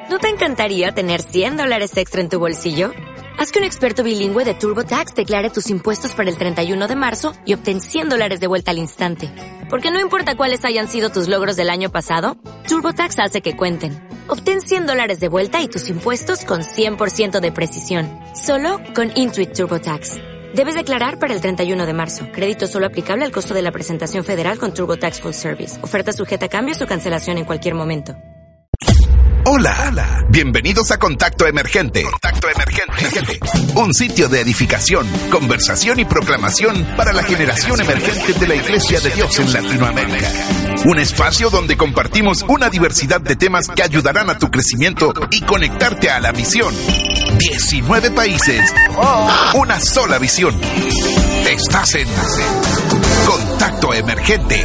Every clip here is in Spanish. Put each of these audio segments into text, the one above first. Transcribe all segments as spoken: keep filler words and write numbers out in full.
¿No te encantaría tener cien dólares extra en tu bolsillo? Haz que un experto bilingüe de TurboTax declare tus impuestos para el treinta y uno de marzo y obtén cien dólares de vuelta al instante. Porque no importa cuáles hayan sido tus logros del año pasado, TurboTax hace que cuenten. Obtén cien dólares de vuelta y tus impuestos con cien por ciento de precisión. Solo con Intuit TurboTax. Debes declarar para el treinta y uno de marzo. Crédito solo aplicable al costo de la presentación federal con TurboTax Full Service. Oferta sujeta a cambios o cancelación en cualquier momento. Hola, Hola, bienvenidos a Contacto Emergente. Contacto Emergente. Un sitio de edificación, conversación y proclamación para la generación emergente de la Iglesia de Dios en Latinoamérica. Un espacio donde compartimos una diversidad de temas que ayudarán a tu crecimiento y conectarte a la misión. diecinueve países, una sola visión. Estás en Contacto Emergente.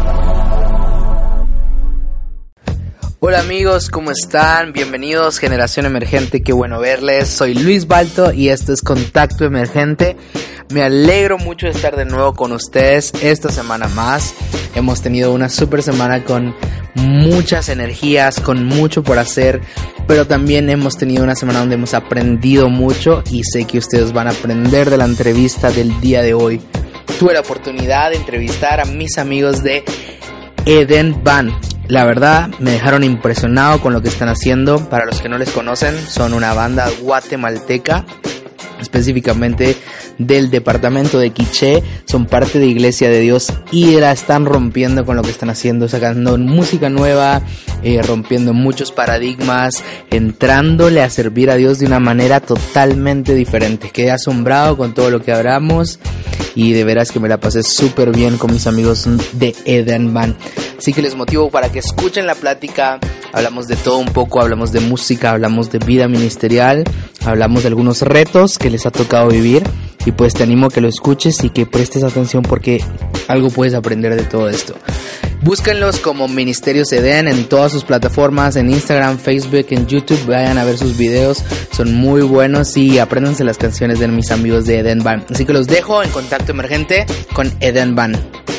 Hola amigos, ¿cómo están? Bienvenidos Generación Emergente, qué bueno verles. Soy Luis Balto y esto es Contacto Emergente. Me alegro mucho de estar de nuevo con ustedes esta semana más. Hemos tenido una super semana con muchas energías, con mucho por hacer, pero también hemos tenido una semana donde hemos aprendido mucho y sé que ustedes van a aprender de la entrevista del día de hoy. Tuve la oportunidad de entrevistar a mis amigos de Eden Band. La verdad, me dejaron impresionado con lo que están haciendo. Para los que no les conocen, son una banda guatemalteca, específicamente del departamento de Quiché. Son parte de Iglesia de Dios y la están rompiendo con lo que están haciendo, sacando música nueva, eh, rompiendo muchos paradigmas, entrándole a servir a Dios de una manera totalmente diferente. Quedé asombrado con todo lo que hablamos y de veras que me la pasé súper bien con mis amigos de Eden Band. Así que les motivo para que escuchen la plática. Hablamos de todo un poco, hablamos de música, hablamos de vida ministerial, hablamos de algunos retos que les ha tocado vivir. Y pues te animo a que lo escuches y que prestes atención porque algo puedes aprender de todo esto. Búsquenlos como Ministerios Eden en todas sus plataformas, en Instagram, Facebook, en YouTube. Vayan a ver sus videos, son muy buenos y apréndanse las canciones de mis amigos de Eden Band. Así que los dejo en Contacto Emergente con Eden Band.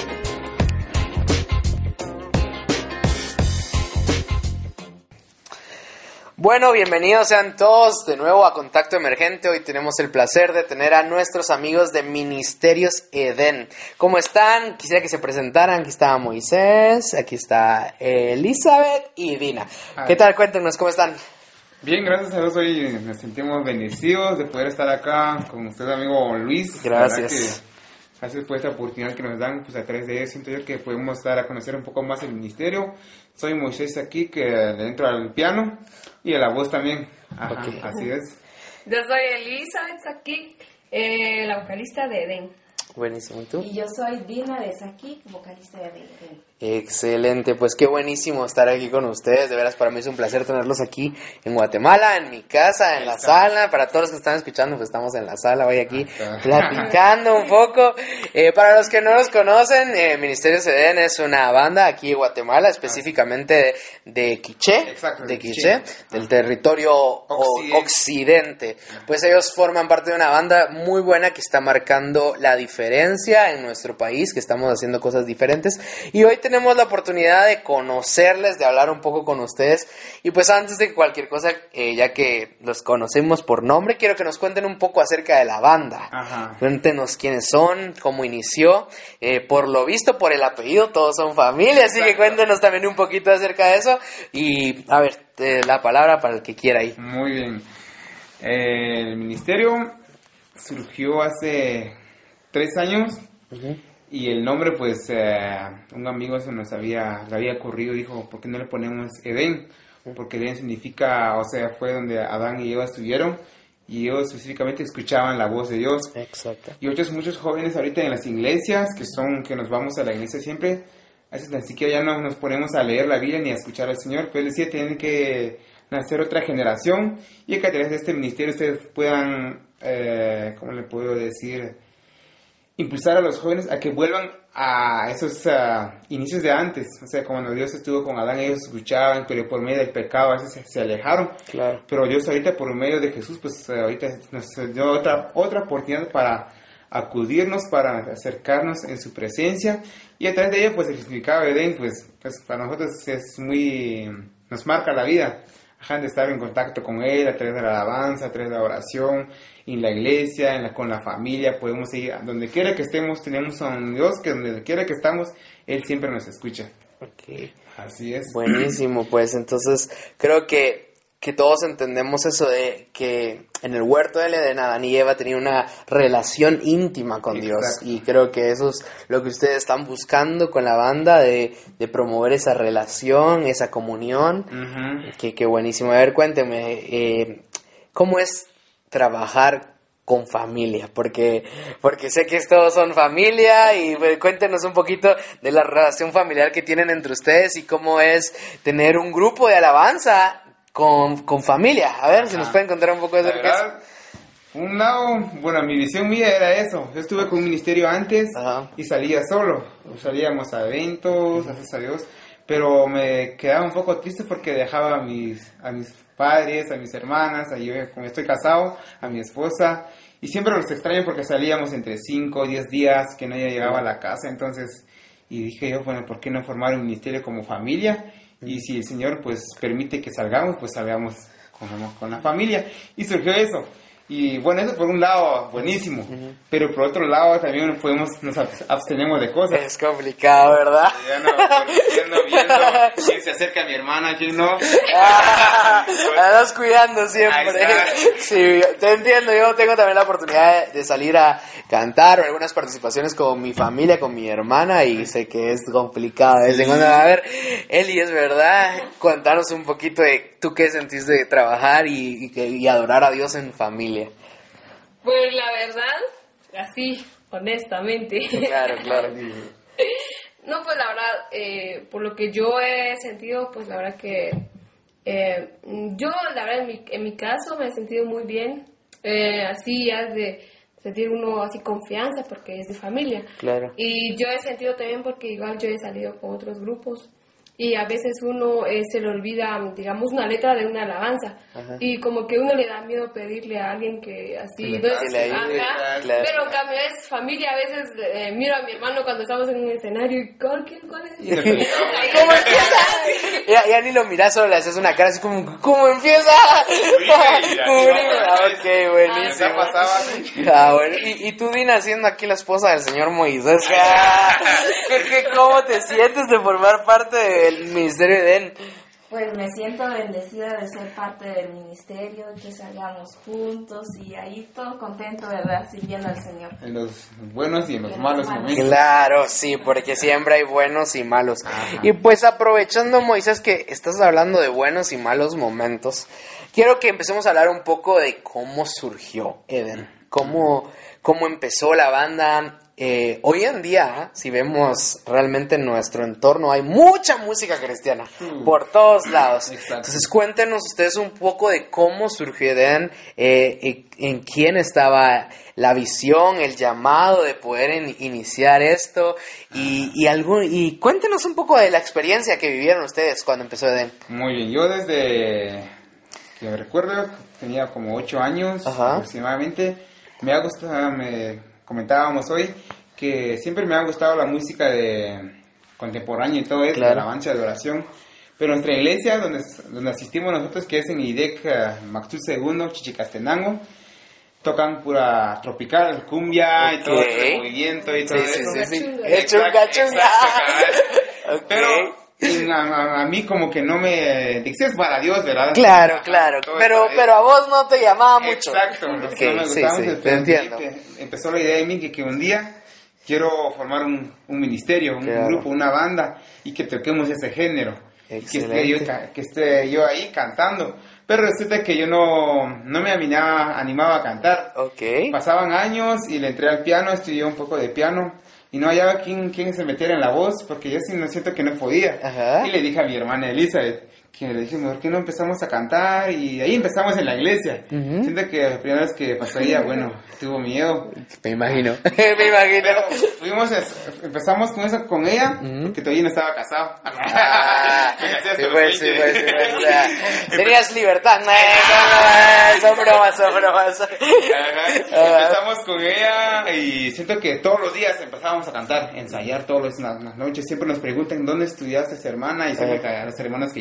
Bueno, bienvenidos sean todos de nuevo a Contacto Emergente. Hoy tenemos el placer de tener a nuestros amigos de Ministerios Eden. ¿Cómo están? Quisiera que se presentaran. Aquí está Moisés, aquí está Elizabeth y Dina. ¿Qué tal? Cuéntenos, ¿cómo están? Bien, gracias a Dios. Hoy nos sentimos bendecidos de poder estar acá con usted, amigo Luis. Gracias. Gracias por esta oportunidad que nos dan, pues a través de ellos siento yo que podemos dar a conocer un poco más el ministerio. Soy Moisés aquí, que le entro al piano y a la voz también. Ajá, okay. Así es. Yo soy Elizabeth aquí, eh, la vocalista de Eden. Buenísimo, ¿y tú? Y yo soy Dina de Saki, vocalista de Eden. Excelente, pues qué buenísimo estar aquí con ustedes, de veras para mí es un placer tenerlos aquí en Guatemala, en mi casa, en la sala. Para todos los que están escuchando, pues estamos en la sala hoy aquí platicando un poco. Eh, para los que no nos conocen, eh, Ministerios Eden es una banda aquí en Guatemala, específicamente de, de Quiché, Exacto, de Quiché, del territorio occidente. occidente. Pues ellos forman parte de una banda muy buena que está marcando la diferencia en nuestro país, que estamos haciendo cosas diferentes y hoy tenemos la oportunidad de conocerles, de hablar un poco con ustedes. Y pues antes de cualquier cosa, eh, ya que los conocemos por nombre, quiero que nos cuenten un poco acerca de la banda. Ajá. Cuéntenos quiénes son, cómo inició. Eh, por lo visto, por el apellido, todos son familia, así Exacto. que cuéntenos también un poquito acerca de eso. Y a ver, eh, la palabra para el que quiera ahí. Muy bien. Eh, el ministerio surgió hace tres años. Uh-huh. Y el nombre, pues, eh, un amigo se nos había, le había ocurrido, dijo, ¿por qué no le ponemos Edén? Porque Edén significa, o sea, fue donde Adán y Eva estuvieron, y ellos específicamente escuchaban la voz de Dios. Exacto. Y muchos, muchos jóvenes ahorita en las iglesias, que son, que nos vamos a la iglesia siempre, a veces ni siquiera ya no nos ponemos a leer la Biblia ni a escuchar al Señor, pero él decía, tienen que nacer otra generación, y que a través de este ministerio ustedes puedan, eh, ¿cómo le puedo decir?, impulsar a los jóvenes a que vuelvan a esos uh, inicios de antes. O sea, cuando Dios estuvo con Adán, ellos escuchaban, pero por medio del pecado a veces se, se alejaron. Claro. Pero Dios ahorita, por medio de Jesús, pues uh, ahorita nos dio otra, otra oportunidad para acudirnos, para acercarnos en su presencia. Y a través de ello, pues el significado de Edén, pues, pues para nosotros es muy, nos marca la vida. ajá, de estar en contacto con Él a través de la alabanza, a través de la oración, en la iglesia, en la, con la familia. Podemos ir a donde quiera que estemos, tenemos a un Dios que donde quiera que estamos, Él siempre nos escucha. Okay. Así es. Buenísimo, pues entonces creo que, que todos entendemos eso de que en el huerto del Edén Adán y Eva tenían una relación íntima con Dios. Exacto. Y creo que eso es lo que ustedes están buscando con la banda, de, de promover esa relación, esa comunión. Uh-huh. Que, que buenísimo. A ver, cuénteme, eh, ¿cómo es trabajar con familia? Porque, porque sé que todos son familia y pues, cuéntenos un poquito de la relación familiar que tienen entre ustedes y cómo es tener un grupo de alabanza con, con familia. A ver, si nos pueden contar un poco de eso. La verdad, un lado, bueno, mi visión mía era eso. Yo estuve con un ministerio antes. Ajá. Y salía solo. Salíamos a eventos, gracias a Dios. Pero me quedaba un poco triste porque dejaba a mis, a mis padres, a mis hermanas, a yo, como estoy casado, a mi esposa. Y siempre los extraño porque salíamos entre cinco o diez días que no llegaba a la casa. Entonces, y dije yo, bueno, ¿por qué no formar un ministerio como familia? Y si el Señor pues permite que salgamos, pues salgamos con, con la familia. Y surgió eso. Y bueno, eso por un lado, buenísimo. Uh-huh. Pero por otro lado también podemos, nos abstenemos de cosas. Es complicado, ¿verdad? Ya no, ya no viendo quién se acerca a mi hermana, quién no. Ah, andas cuidando siempre. Sí, te entiendo. Yo tengo también la oportunidad de salir a cantar o algunas participaciones con mi familia, con mi hermana, y sé que es complicado. Sí. Cuando, a ver, Eli, es verdad, cuéntanos un poquito de tú qué sentiste de trabajar y, y, y adorar a Dios en familia. Pues la verdad, así, honestamente. Claro, claro. No, pues la verdad, eh, por lo que yo he sentido, pues la verdad que eh, yo, la verdad, en mi, en mi caso me he sentido muy bien. Eh, así has de sentir uno así confianza porque es de familia. Claro. Y yo he sentido también porque igual yo he salido con otros grupos. Y a veces uno eh, se le olvida, digamos, una letra de una alabanza. Ajá. Y como que uno le da miedo pedirle a alguien que así... Entonces, le ayude, ajá, claro. Pero en cambio es familia. A veces eh, miro a mi hermano cuando estamos en un escenario y ¿cuál, quién, cuál es? ¿Cómo empieza? Ya, ya ni lo miras, solo le haces una cara así como, ¿cómo empieza? Ok, buenísimo. Ah, bueno. ¿Y, y tú, Dina, siendo aquí la esposa del señor Moisés, ¿cómo te sientes de formar parte de el ministerio de Edén? Pues me siento bendecida de ser parte del ministerio, que salgamos juntos y ahí todo contento, ¿verdad? Sirviendo al Señor. En los buenos y en los, en malos, los malos momentos. Claro, sí, porque siempre hay buenos y malos. Ajá. Y pues aprovechando, Moisés, que estás hablando de buenos y malos momentos, quiero que empecemos a hablar un poco de cómo surgió Edén, cómo, cómo empezó la banda. Eh, hoy en día, si vemos realmente en nuestro entorno, hay mucha música cristiana mm. por todos lados. Exacto. Entonces, cuéntenos ustedes un poco de cómo surgió Edén, eh, en quién estaba la visión, el llamado de poder in- iniciar esto, y, y, algún, y cuéntenos un poco de la experiencia que vivieron ustedes cuando empezó Edén. Muy bien, yo desde que me recuerdo, tenía como ocho años. Ajá. Aproximadamente, me ha gustado, me... comentábamos hoy que siempre me ha gustado la música de contemporánea y todo eso, claro. De alabanza, de oración. Pero nuestra iglesia, donde, donde asistimos nosotros, que es en IDEC uh, Maxtul segundo, Chichicastenango, tocan pura tropical, cumbia, okay. Y todo el movimiento y todo sí, eso. Sí, sí, sí. Chunga, chunga. Okay. Pero a, a, a mí como que no me... Dices para Dios, ¿verdad? Claro, ajá, claro. Pero, pero a vos no te llamaba mucho. Exacto. Okay, no me sí, sí, te entiendo. Empezó la idea de mí que, que un día quiero formar un, un ministerio, un claro. grupo, una banda, y que toquemos ese género. Excelente. Que esté, yo, que esté yo ahí cantando. Pero resulta que yo no, no me animaba, animaba a cantar. Okay. Pasaban años y le entré al piano, estudié un poco de piano. Y no hallaba quién, quién se metiera en la voz, porque yo sí me siento que no podía. Ajá. Y le dije a mi hermana Elizabeth, que le dije, ¿por qué no empezamos a cantar? Y ahí empezamos en la iglesia. Uh-huh. Siento que la primera vez que pasó ella, bueno, tuvo miedo. Me imagino, me imagino. Pero fuimos, empezamos con eso con ella, uh-huh. Porque todavía no estaba casado. Ah, sí, pues, sí, pues, sí, pues, o sea, tenías libertad. No, son bromas, son bromas. Empezamos con ella y siento que todos los días empezábamos a cantar, ensayar todas las noches. Siempre nos preguntan, ¿dónde estudiaste, hermana? Y siempre uh-huh. Las hermanas que llevan, ¿dónde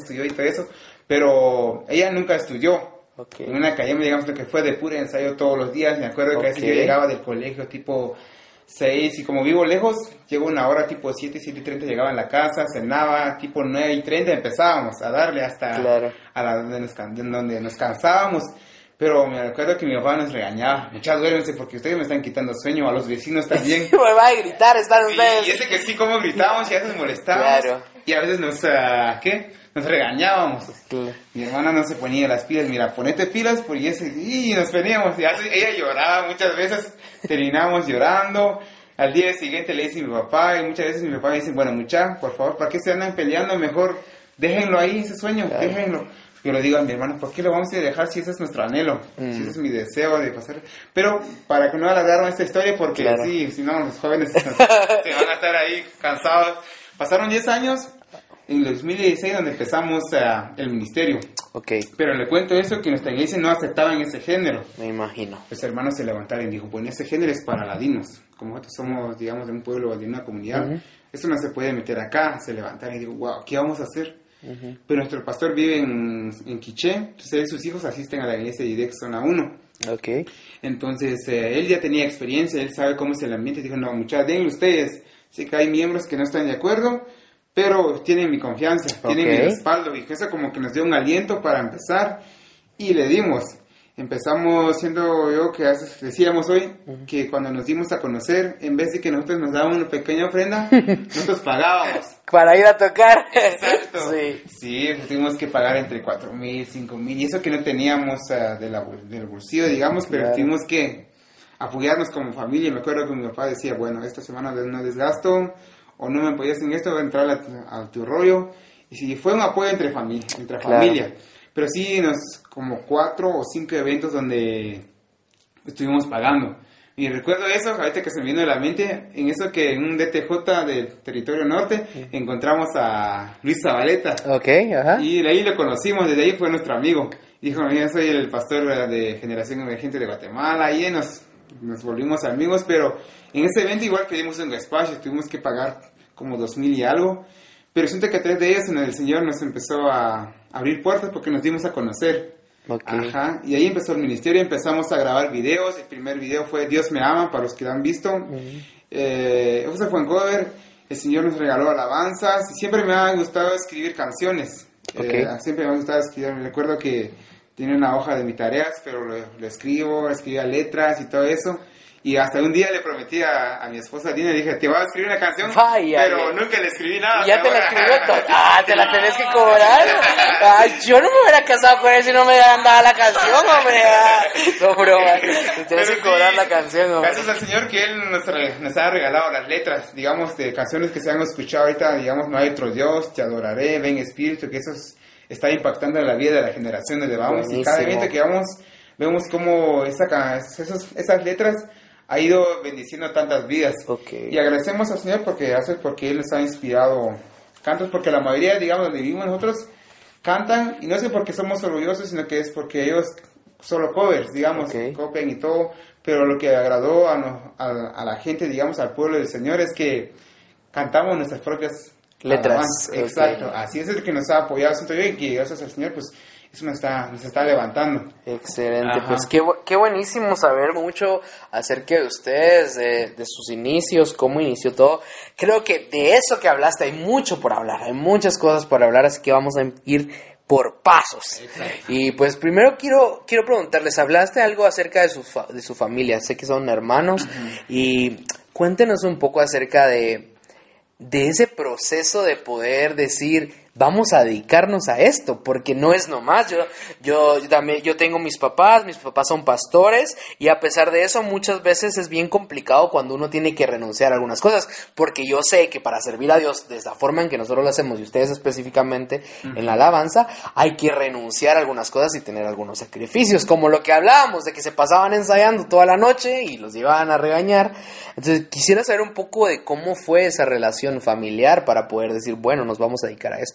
estudió y todo eso, pero ella nunca estudió. Okay. En una academia, digamos, lo que fue de puro ensayo todos los días. Me acuerdo que a veces Okay. yo llegaba del colegio tipo seis y como vivo lejos, llego una hora tipo siete, siete y treinta llegaba a la casa, cenaba, tipo nueve y treinta empezábamos a darle hasta Claro. a la donde nos, can- donde nos cansábamos. Pero me acuerdo que mi papá nos regañaba, muchachos, duérmense porque ustedes me están quitando sueño, a los vecinos también. Me va a gritar, están Sí, ustedes. y ese que sí, como gritábamos y a veces molestábamos. Claro. Y a veces nos, ah, ¿qué? Nos regañábamos. Claro. Mi hermana no se ponía las pilas, mira, ponete pilas, porque ese, y nos veníamos. Y así, ella lloraba muchas veces, terminábamos llorando. Al día siguiente le dice mi papá, y muchas veces mi papá me dice, bueno, mucha, por favor, ¿para qué se andan peleando? Mejor déjenlo ahí, ese sueño, Claro. déjenlo. Yo le digo a mi hermano, ¿por qué lo vamos a dejar si ese es nuestro anhelo? Mm. Si ese es mi deseo de pasar. Pero para que no alargaron esta historia, porque Claro. sí, si no, los jóvenes se van a estar ahí cansados. Pasaron diez años, en el dos mil dieciséis, donde empezamos uh, el ministerio. Ok, Pero le cuento eso, que nuestra iglesia no aceptaba en ese género. me imagino. Los hermanos se levantaron y dijo, bueno, ese género es para ladinos. Como nosotros somos, digamos, de un pueblo, de una comunidad, Ujú. eso no se puede meter acá. Se levantaron y digo, wow, ¿qué vamos a hacer? Ujú. Pero nuestro pastor vive en, en Quiché, entonces él y sus hijos asisten a la iglesia de I D E X Zona uno. Ok, Entonces eh, él ya tenía experiencia, él sabe cómo es el ambiente. Dijo, no, muchachos, denle ustedes. Sé que hay miembros que no están de acuerdo, pero tienen mi confianza, tienen mi Ok. respaldo. Y eso como que nos dio un aliento para empezar. Y le dimos. Empezamos siendo yo que hace- decíamos hoy que cuando nos dimos a conocer, en vez de que nosotros nos daban una pequeña ofrenda, nosotros pagábamos. para ir a tocar. Exacto. Sí. Sí, pues tuvimos que pagar entre cuatro mil, cinco mil, y eso que no teníamos ah, de la bol- del bolsillo, digamos, pero Claro. tuvimos que apoyarnos como familia. Me acuerdo que mi papá decía, bueno, esta semana no desgasto, o no me apoyas en esto, voy a entrar a, a tu rollo. Y sí, fue un apoyo entre familia, entre Claro. familia. Pero sí, nos como cuatro o cinco eventos donde estuvimos pagando. Y recuerdo eso, ahorita que se me vino de la mente, en eso que en un D T J del territorio norte encontramos a Luis Zabaleta. Ok, ajá. Y de ahí lo conocimos, desde ahí fue nuestro amigo. Dijo, mira, soy el pastor de Generación Emergente de Guatemala. Y nos, nos volvimos amigos, pero en ese evento igual pedimos un espacio, tuvimos que pagar como dos mil y algo. Pero siento que a través de ellos el Señor nos empezó a abrir puertas porque nos dimos a conocer. Ok. Ajá, y ahí empezó el ministerio, empezamos a grabar videos. El primer video fue Dios me ama, para los que lo han visto. Eh, ese fue en cover. El Señor nos regaló alabanzas y siempre me ha gustado escribir canciones. Ok. Eh, siempre me ha gustado escribir. Me recuerdo que tiene una hoja de mis tareas, pero lo, lo escribo, escribía letras y todo eso. Y hasta un día le prometí a, a mi esposa Dina, le dije, te voy a escribir una canción, Vaya, pero ya. nunca le escribí nada. Y ya te la hasta escribió ahora. todo. Ah, te la tenés que cobrar. Ay, yo no me hubiera casado con él si no me hubieran dado la canción, hombre. Ah, no, broma. Te tenés Pero que sí, cobrar la canción, hombre. Gracias al Señor que Él nos, re- nos ha regalado las letras, digamos, de canciones que se han escuchado ahorita, digamos, No hay otro Dios, Te adoraré, Ven Espíritu, que eso es- está impactando en la vida de la generación donde vamos. Y cada Buenísimo. evento que vamos, vemos cómo esa, ca- esos, esas letras ha ido bendiciendo tantas vidas. Ok. Y agradecemos al Señor porque hace porque Él nos ha inspirado cantos, porque la mayoría, digamos, donde vivimos nosotros, cantan, y no es que porque somos orgullosos, sino que es porque ellos solo covers, digamos, Ok. copian y todo, pero lo que agradó a, no- a, a la gente, digamos, al pueblo del Señor, es que cantamos nuestras propias Letras, alabanzas. ok. Exacto, así es el que nos ha apoyado, siento yo, y que gracias al Señor, pues, eso nos está, nos está levantando. Excelente, Ajá. pues qué, bu- qué buenísimo saber mucho acerca de ustedes, de, de sus inicios, cómo inició todo. Creo que de eso que hablaste hay mucho por hablar, hay muchas cosas por hablar, así que vamos a ir por pasos. Y pues primero quiero, quiero preguntarles, hablaste algo acerca de su, fa- de su familia, sé que son hermanos, y cuéntenos un poco acerca de, de ese proceso de poder decir, vamos a dedicarnos a esto, porque no es nomás, yo, yo, yo también, yo tengo mis papás, mis papás son pastores, y a pesar de eso muchas veces es bien complicado cuando uno tiene que renunciar a algunas cosas, porque yo sé que para servir a Dios de la forma en que nosotros lo hacemos, y ustedes específicamente en la alabanza, hay que renunciar a algunas cosas y tener algunos sacrificios, como lo que hablábamos, de que se pasaban ensayando toda la noche y los llevaban a regañar. Entonces quisiera saber un poco de cómo fue esa relación familiar para poder decir, bueno, nos vamos a dedicar a esto.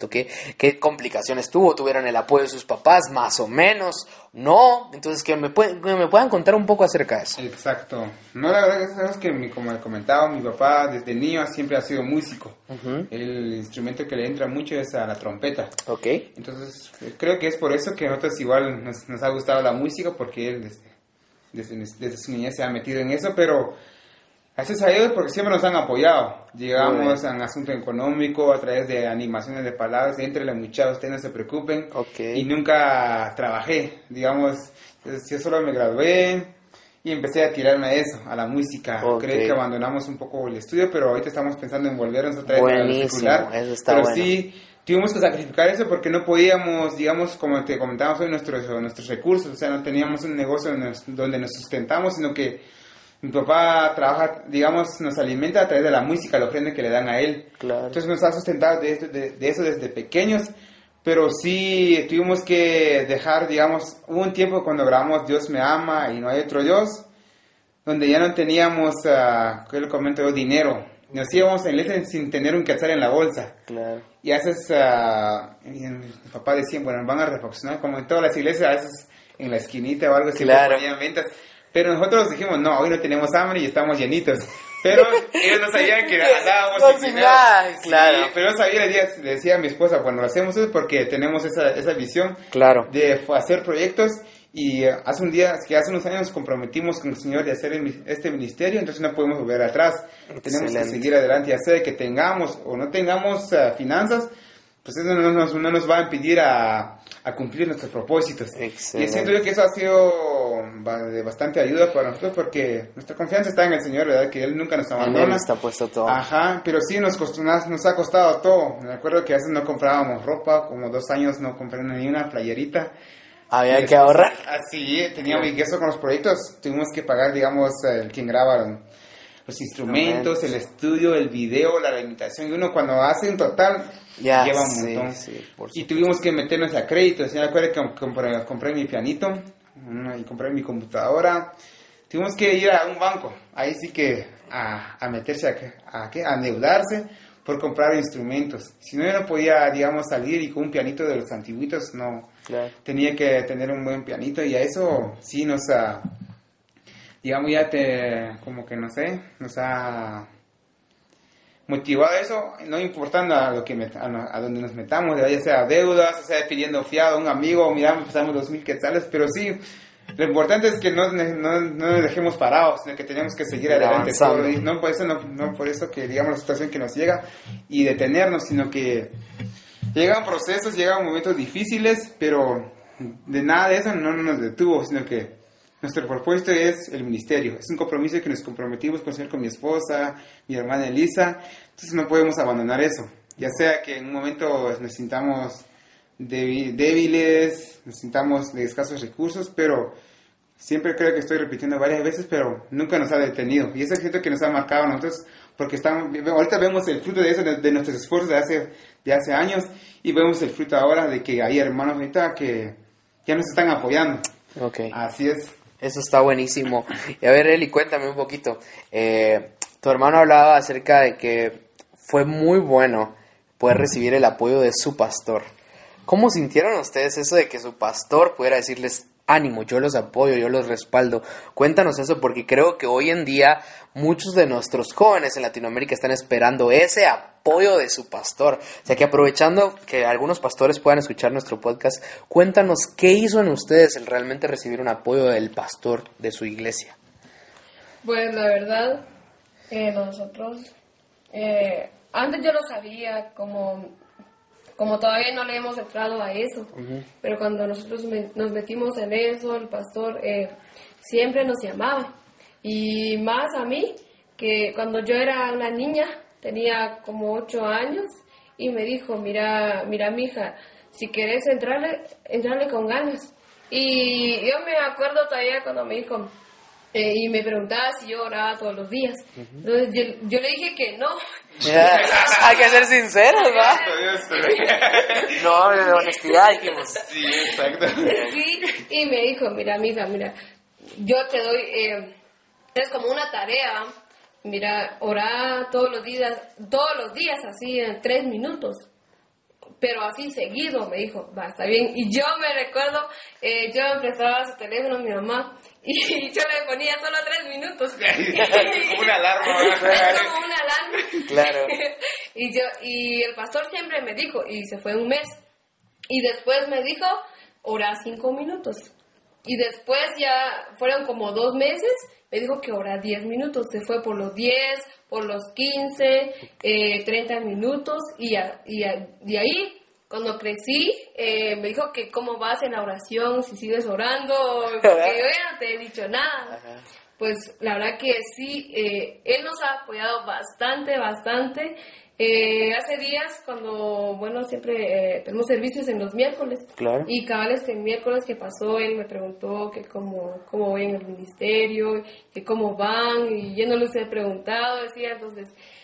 ¿Qué, qué complicaciones tuvo? ¿Tuvieron el apoyo de sus papás? Más o menos, ¿no? Entonces, que me, pueden, que me puedan contar un poco acerca de eso. Exacto. No, la verdad es que, mi, como he comentado, mi papá desde niño siempre ha sido músico. Uh-huh. El instrumento que le entra mucho es a la trompeta. Ok. Entonces, creo que es por eso que a nosotros igual nos, nos ha gustado la música, porque él desde, desde, desde su niñez se ha metido en eso, pero gracias a Dios porque siempre nos han apoyado. Llegamos a un asunto económico a través de animaciones de palabras, entre la muchacha, ustedes no se preocupen. Okay. Y nunca trabajé, digamos, yo solo me gradué y empecé a tirarme a eso, a la música. Okay. Creo que abandonamos un poco el estudio, pero ahorita estamos pensando en volvernos otra vez a lo secular. Eso está pero bueno. Sí, tuvimos que sacrificar eso porque no podíamos, digamos, como te comentábamos hoy, nuestros, nuestros recursos, o sea, no teníamos un negocio donde nos sustentamos, sino que mi papá trabaja, digamos, nos alimenta a través de la música, la ofrenda que le dan a él. Claro. Entonces nos ha sustentado de, de, de eso desde pequeños, pero sí tuvimos que dejar, digamos, hubo un tiempo cuando grabamos Dios me ama y no hay otro Dios, donde ya no teníamos, uh, ¿qué le comento yo? Dinero. Nos íbamos en la iglesia sin tener un quetzal en la bolsa. Claro. Y a veces, uh, mi papá decía, bueno, van a refaccionar, como en todas las iglesias, a veces en la esquinita o algo así, claro. ponían ventas. Pero nosotros dijimos, no, hoy no tenemos hambre y estamos llenitos. Pero ellos no sabían que andábamos no, sin nada, claro. Sí, pero yo sabía, le decía, le decía a mi esposa, bueno, lo hacemos es porque tenemos esa, esa visión claro. de hacer proyectos. Y uh, hace un día, que hace unos años nos comprometimos con el Señor de hacer el, este ministerio, entonces no podemos volver atrás. Excelente. Tenemos que seguir adelante, ya sea que tengamos o no tengamos uh, finanzas, pues eso no nos, no nos va a impedir a, a cumplir nuestros propósitos. Excelente. Y siento yo que eso ha sido de bastante ayuda para nosotros porque nuestra confianza está en el Señor, ¿verdad? Que Él nunca nos abandona. En Él está puesto todo. Ajá, pero sí nos, costó, nos ha costado todo. Me acuerdo que a veces no comprábamos ropa, como dos años no compré ni una playerita. Había que ahorrar. Así, teníamos y eso con los proyectos, tuvimos que pagar, digamos, el quien graba los instrumentos, el estudio, el video, la limitación, y uno cuando hace en total ya, lleva un sí, montón. Sí, y tuvimos que meternos a crédito. ¿Sí me acuerdo que compré, compré mi pianito y compré mi computadora? Tuvimos que ir a un banco, ahí sí que a, a meterse a, a, ¿qué? a endeudarse por comprar instrumentos. Si no, yo no podía, digamos, salir y con un pianito de los antiguitos, no. Claro. Tenía que tener un buen pianito y a eso sí nos ha, digamos, ya te, como que no sé, nos ha motivado eso, no importando a lo que met, a, a donde nos metamos, ya sea deudas, o sea pidiendo fiado a un amigo, mira, empezamos dos mil quetzales, pero sí, lo importante es que no, no, no nos dejemos parados, sino que tenemos que seguir adelante. Todo, y no por eso, no, no por eso que digamos la situación que nos llega y detenernos, sino que llegan procesos, llegan momentos difíciles, pero de nada de eso no nos detuvo, sino que nuestro propósito es el ministerio. Es un compromiso que nos comprometimos con, con mi esposa, mi hermana Elisa, entonces no podemos abandonar eso. Ya sea que en un momento nos sintamos débiles, nos sintamos de escasos recursos, pero siempre creo que estoy repitiendo varias veces, pero nunca nos ha detenido. Y eso es lo que nos ha marcado a nosotros, porque estamos, ahorita vemos el fruto de eso, de, de nuestros esfuerzos de hace, de hace años, y vemos el fruto ahora de que hay hermanos ahorita que ya nos están apoyando. Okay. Así es. Eso está buenísimo. Y a ver, Eli, cuéntame un poquito. Eh, tu hermano hablaba acerca de que fue muy bueno poder recibir el apoyo de su pastor. ¿Cómo sintieron ustedes eso de que su pastor pudiera decirles, ánimo, yo los apoyo, yo los respaldo? Cuéntanos eso, porque creo que hoy en día muchos de nuestros jóvenes en Latinoamérica están esperando ese apoyo de su pastor. O sea que aprovechando que algunos pastores puedan escuchar nuestro podcast, cuéntanos qué hizo en ustedes el realmente recibir un apoyo del pastor de su iglesia. Pues la verdad, eh, nosotros, eh, antes yo lo sabía, como... Como todavía no le hemos entrado a eso, uh-huh. Pero cuando nosotros me, nos metimos en eso, el pastor eh, siempre nos llamaba. Y más a mí, que cuando yo era una niña, tenía como ocho años, y me dijo, mira, mira mija, si querés entrarle, entrarle con ganas. Y yo me acuerdo todavía cuando me dijo, eh, y me preguntaba si yo oraba todos los días. Uh-huh. Entonces yo, yo le dije que no. Yeah. Hay que ser sinceros, ¿va? No, de honestidad dijimos. Sí, exacto. Sí, y me dijo, mira, mija, mira, yo te doy, eh, es como una tarea, mira, orar todos los días, todos los días, así en tres minutos. pero así seguido, me dijo, va, está bien. Y yo me recuerdo, eh, yo me prestaba su teléfono a mi mamá y yo le ponía solo tres minutos. Como una alarma. Es como una alarma. Claro. y, yo, y el pastor siempre me dijo, y se fue un mes, y después me dijo, ora cinco minutos. Y después ya fueron como dos meses, me dijo que ora diez minutos. Se fue por los diez, por los quince, eh, treinta minutos. Y, a, y, a, y ahí, cuando crecí, eh, me dijo que cómo vas en la oración, si sigues orando, porque yo ya no te he dicho nada. Ajá. Pues la verdad que sí, eh, él nos ha apoyado bastante, bastante. Eh, hace días, cuando, bueno, siempre eh, tenemos servicios en los miércoles. Claro. Y cabal este miércoles que pasó, él me preguntó que cómo, cómo voy en el ministerio, que cómo van, y yo no les he preguntado, decía, entonces,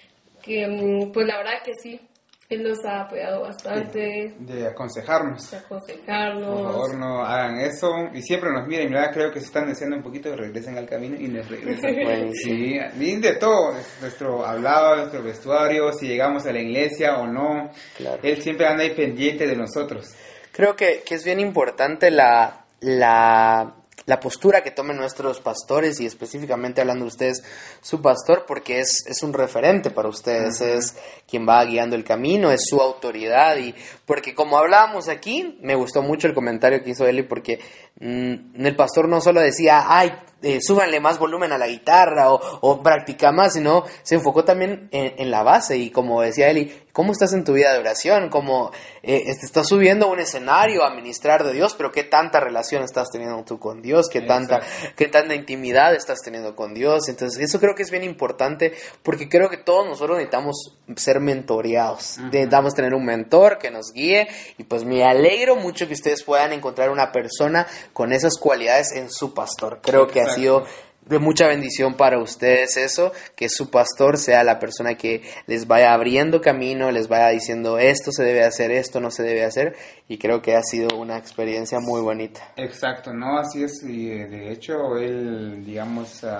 que pues la verdad que sí, él nos ha apoyado bastante. De, de aconsejarnos. De aconsejarnos. Por favor, no hagan eso. Y siempre nos miren, mira, creo que se están deseando un poquito, regresen al camino y les regresan. Bueno, sí, y de todo, nuestro hablado, nuestro vestuario, si llegamos a la iglesia o no. Claro. Él siempre anda ahí pendiente de nosotros. Creo que, que es bien importante la, la, la postura que tomen nuestros pastores, y específicamente hablando de ustedes, su pastor, porque es, es un referente para ustedes, uh-huh. Es quien va guiando el camino, es su autoridad. Y porque como hablábamos aquí, me gustó mucho el comentario que hizo Eli, porque mmm, el pastor no solo decía, ay, eh, súbanle más volumen a la guitarra o, o practica más, sino se enfocó también en, en la base. Y como decía Eli, ¿cómo estás en tu vida de oración? ¿Cómo eh, te estás subiendo a un escenario a ministrar de Dios? Pero ¿qué tanta relación estás teniendo tú con Dios? ¿Qué tanta, qué tanta intimidad estás teniendo con Dios? Entonces eso creo que es bien importante, porque creo que todos nosotros necesitamos ser mentoreados. Uh-huh. Necesitamos tener un mentor que nos guíe, y pues me alegro mucho que ustedes puedan encontrar una persona con esas cualidades en su pastor. Creo Exacto. que ha sido de mucha bendición para ustedes eso, que su pastor sea la persona que les vaya abriendo camino, les vaya diciendo esto se debe hacer, esto no se debe hacer, y creo que ha sido una experiencia muy bonita. Exacto, no, así es, y de hecho él, digamos, uh,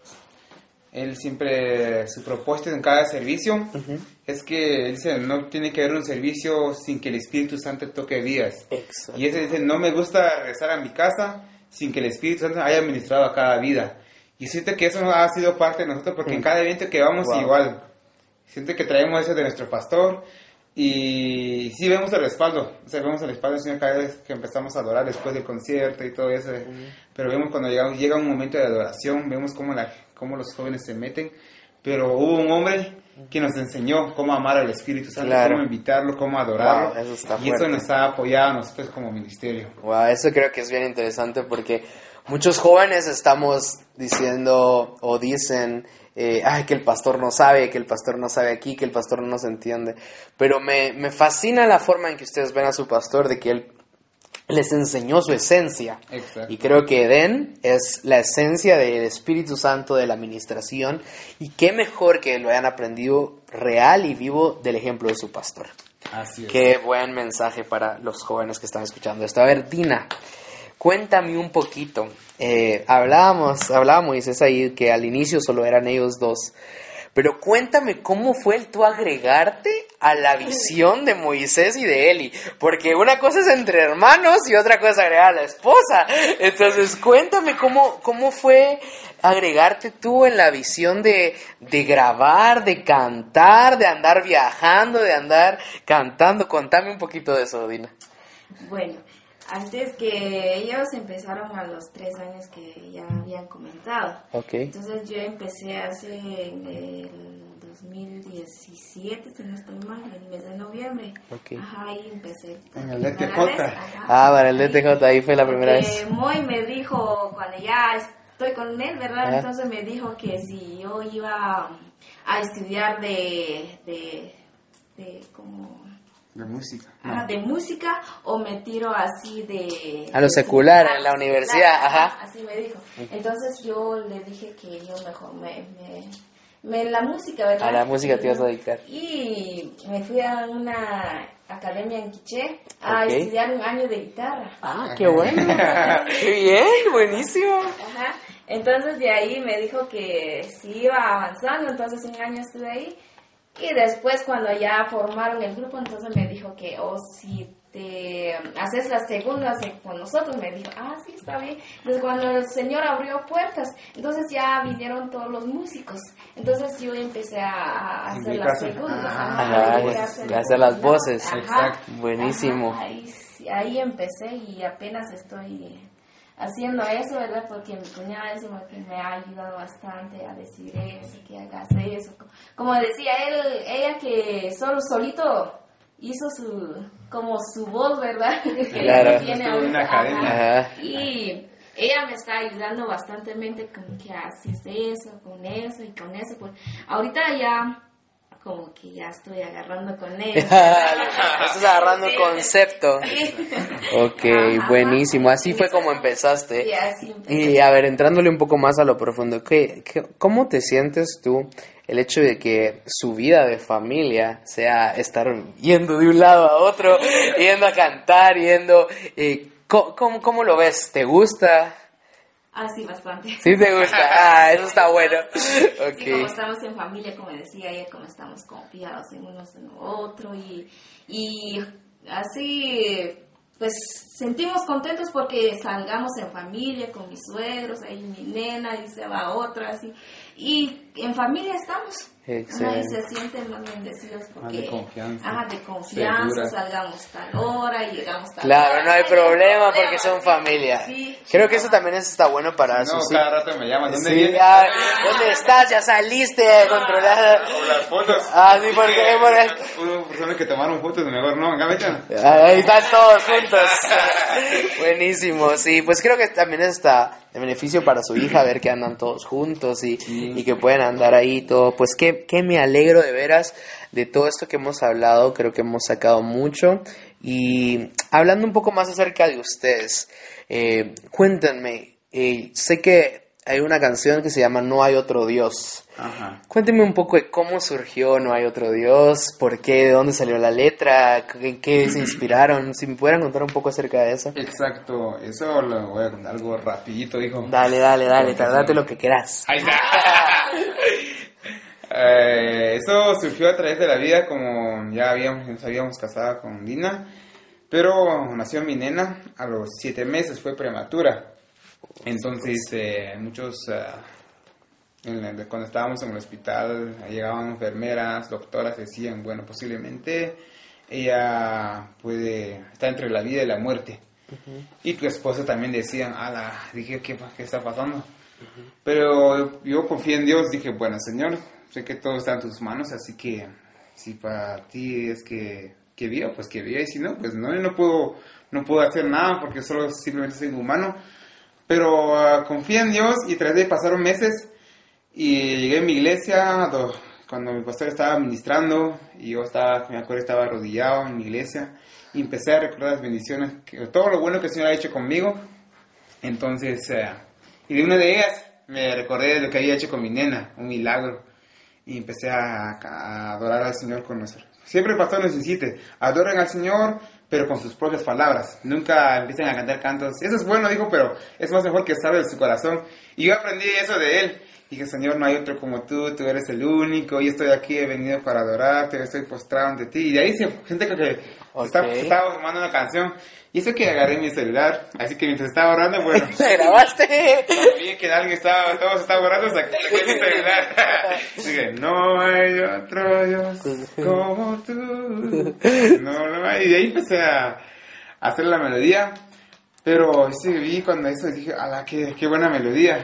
él siempre, su propósito en cada servicio uh-huh. es que él dice, no tiene que haber un servicio sin que el Espíritu Santo toque vidas. Exacto. Y él dice, no me gusta regresar a mi casa sin que el Espíritu Santo haya ministrado a cada vida. Y siento que eso ha sido parte de nosotros, porque mm. en cada evento que vamos wow. igual. Siento que traemos eso de nuestro pastor, y sí vemos el respaldo. O sea, vemos el respaldo del Señor cada vez que empezamos a adorar después del concierto y todo eso. Mm. Pero vemos cuando llegamos, llega un momento de adoración, vemos cómo, la, cómo los jóvenes se meten. Pero hubo un hombre que nos enseñó cómo amar al Espíritu Santo, claro. cómo invitarlo, cómo adorarlo. Wow, eso está y fuerte. Eso nos ha apoyado a nosotros como ministerio. Wow, eso creo que es bien interesante, porque muchos jóvenes estamos diciendo o dicen, eh, ay, que el pastor no sabe, que el pastor no sabe aquí, que el pastor no nos entiende. Pero me, me fascina la forma en que ustedes ven a su pastor, de que él les enseñó su esencia. Exacto. Y creo que Edén es la esencia del Espíritu Santo, de la administración, y qué mejor que lo hayan aprendido real y vivo del ejemplo de su pastor. Así es. Qué buen mensaje para los jóvenes que están escuchando esto. A ver, Dina, cuéntame un poquito. Eh, hablábamos, hablaba Moisés ahí que al inicio solo eran ellos dos. Pero cuéntame cómo fue el tú agregarte a la visión de Moisés y de Eli. Porque una cosa es entre hermanos y otra cosa es agregar a la esposa. Entonces cuéntame cómo, cómo fue agregarte tú en la visión de, de grabar, de cantar, de andar viajando, de andar cantando. Contame un poquito de eso, Dina. Bueno, antes que ellos empezaron a los tres años que ya habían comentado. Okay. Entonces yo empecé hace en el dos mil diecisiete, si no estoy mal, en el mes de noviembre. Okay. Ajá, ahí empecé. En el D T J. Ah, para el D T J, ahí fue la primera vez. Moy me dijo, cuando ya estoy con él, ¿verdad? Ajá. Entonces me dijo que si yo iba a estudiar de, de, de como... De música. Ajá, de música, o me tiro así de... A lo secular, en la universidad, ajá. Así me dijo. Entonces yo le dije que yo mejor me... me, me la música, ¿verdad? A la música te ibas a dedicar. Y me fui a una academia en Quiché a okay. estudiar un año de guitarra. Ah, qué bueno. Qué bien, buenísimo. Ajá. Entonces de ahí me dijo que si iba avanzando, entonces un año estuve ahí. Y después cuando ya formaron el grupo, entonces me dijo que, oh, si te haces las segundas con nosotros, me dijo, ah, sí, está bien. Entonces cuando el Señor abrió puertas, entonces ya vinieron todos los músicos. Entonces yo empecé a, a hacer las segundas. Ah, ajá, ajá, y a hacer, hacer las voces. Ajá, Exacto. Buenísimo. Ajá, ahí, ahí empecé y apenas estoy haciendo eso, ¿verdad? Porque mi cuñada eso me, me ha ayudado bastante a decir eso, que hagas eso. Como decía él, ella que solo solito hizo su, como su voz, ¿verdad? Que Claro. tiene Estuvo en una ahorita, academia. ajá. Ajá. Y ella me está ayudando bastantemente con que haces eso, con eso y con eso. Pues ahorita ya como que ya estoy agarrando con ella. Estás agarrando Sí. concepto. Sí. Ok, Ajá. buenísimo. Así fue como empezaste. Sí, así empecé. Y a ver, entrándole un poco más a lo profundo, ¿qué, qué, ¿cómo te sientes tú el hecho de que su vida de familia sea estar yendo de un lado a otro, yendo a cantar, yendo... Eh, ¿cómo, cómo, ¿Cómo lo ves? ¿Te gusta? Ah, sí, bastante. ¿Sí te gusta? Ah, eso está bueno. Sí, como Ok. estamos en familia, como decía ella, como estamos confiados en unos en otro y, y así, pues sentimos contentos porque salgamos en familia con mis suegros, ahí mi nena y se va otra, así, y en familia estamos. Excelente. Ajá, y se sienten más bendecidos porque... Ah, de confianza. Ajá, de confianza, Segura. salgamos tal hora y llegamos tal Claro, hora. no hay Ay, problema no hay porque son problema, familia. sí. Creo que eso también es- está bueno para No, sus cada rato me llaman. ¿Dónde Sí, vienes? ah, ¿dónde estás? Ya saliste controlada. O las fotos. Ah, sí, porque por Hubo personas que tomaron fotos, mejor no, venga, vete. ahí están todos juntos. Buenísimo, sí, pues creo que también está de beneficio para su hija ver que andan todos juntos y, y que pueden andar ahí todo. Pues que, que me alegro de veras de todo esto que hemos hablado, creo que hemos sacado mucho. Y hablando un poco más acerca de ustedes, eh, cuéntenme, eh, sé que hay una canción que se llama No hay otro Dios. Ajá. Cuéntenme un poco de cómo surgió No hay otro Dios, por qué, de dónde salió la letra, en qué se inspiraron. Si me pudieran contar un poco acerca de eso. Exacto, eso lo voy a contar algo rapidito, hijo. Dale, dale, dale, Porque tardate sí. lo que quieras. Ahí está. Eh, eso surgió a través de la vida, como ya habíamos, nos habíamos casado con Dina, pero nació mi nena a los siete meses, fue prematura. Entonces, eh, muchos, uh, en la- cuando estábamos en el hospital, llegaban enfermeras, doctoras, decían, bueno, posiblemente ella puede estar entre la vida y la muerte. Uh-huh. Y tu esposa también decían, ala, dije, ¿qué, qué está pasando? Uh-huh. Pero yo confié en Dios, dije, bueno, Señor, sé que todo está en tus manos, así que si para ti es que, que viva, pues que viva, y si no, pues no, yo no puedo, no puedo hacer nada porque solo simplemente soy humano. Pero uh, confié en Dios y tras de pasaron meses y llegué a mi iglesia do, cuando mi pastor estaba ministrando y yo estaba, me acuerdo, estaba arrodillado en mi iglesia y empecé a recordar las bendiciones, que, todo lo bueno que el Señor ha hecho conmigo. Entonces, uh, y de una de ellas me recordé de lo que había hecho con mi nena, un milagro, y empecé a, a adorar al Señor con nuestro. Siempre el pastor nos insiste, adoren al Señor, pero con sus propias palabras. Nunca empiecen a cantar cantos. Eso es bueno, dijo, pero es más mejor que salga de su corazón. Y yo aprendí eso de él. Dije, Señor, no hay otro como tú, tú eres el único, yo estoy aquí, he venido para adorarte, estoy postrado ante ti. Y de ahí se gente que okay. estaba, estaba formando una canción. Y eso que agarré mi celular, así que mientras estaba orando, bueno... ¿La grabaste? Vi que alguien estaba, todos estaban orando, saqué mi celular. Dije, no hay otro Dios como tú. No, no hay. Y de ahí empecé a, a hacer la melodía. Pero sí, vi cuando eso dije, ala, qué, qué buena melodía.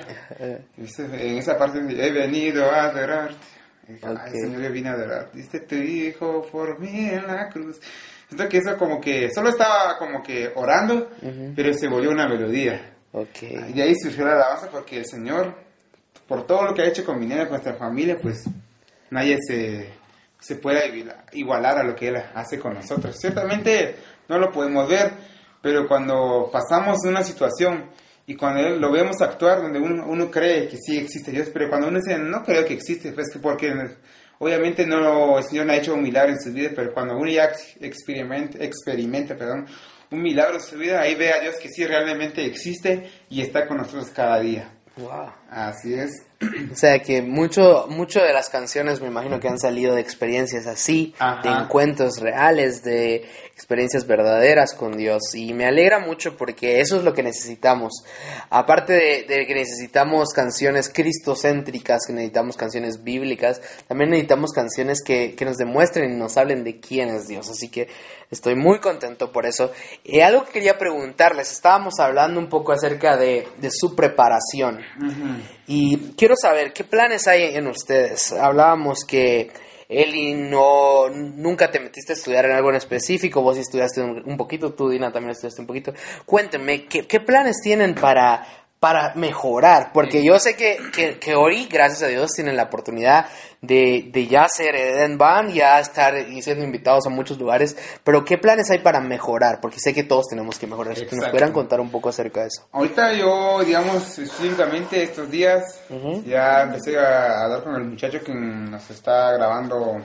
En esa parte he venido a adorarte. Dije, okay. Ay, Señor, yo vine a adorarte. Diste tu hijo por mí en la cruz. Siento que eso como que, solo estaba como que orando, uh-huh. pero se volvió una melodía. Okay. Y de ahí surgió la alabanza porque el Señor, por todo lo que ha hecho con mi nena, con nuestra familia, pues nadie se, se puede igualar a lo que Él hace con nosotros. Ciertamente no lo podemos ver, pero cuando pasamos una situación y cuando lo vemos actuar, donde uno, uno cree que sí existe Dios, pero cuando uno dice, no creo que existe, pues que porque... Obviamente no, el Señor no ha hecho un milagro en su vida, pero cuando uno ya experimenta, experimenta perdón, un milagro en su vida, ahí ve a Dios que sí realmente existe y está con nosotros cada día. Wow. Así es. O sea que mucho, mucho de las canciones me imagino que han salido de experiencias así, Ajá. de encuentros reales, de experiencias verdaderas con Dios. Y me alegra mucho porque eso es lo que necesitamos. Aparte de, de que necesitamos canciones cristocéntricas, que necesitamos canciones bíblicas, también necesitamos canciones que, que nos demuestren y nos hablen de quién es Dios. Así que estoy muy contento por eso. Y algo que quería preguntarles, estábamos hablando un poco acerca de, de su preparación. Uh-huh. Y quiero saber, ¿qué planes hay en ustedes? Hablábamos que, Eli, no, nunca te metiste a estudiar en algo en específico, vos sí estudiaste un, un poquito, tú, Dina, también estudiaste un poquito. Cuéntenme, ¿qué, qué planes tienen para, para mejorar? Porque yo sé que, que, que hoy, gracias a Dios, tienen la oportunidad de, de ya ser Eden Band, ya estar y siendo invitados a muchos lugares, pero ¿qué planes hay para mejorar? Porque sé que todos tenemos que mejorar. Si nos pudieran contar un poco acerca de eso. Ahorita yo, digamos, específicamente estos días, uh-huh. ya empecé a hablar con el muchacho que nos está grabando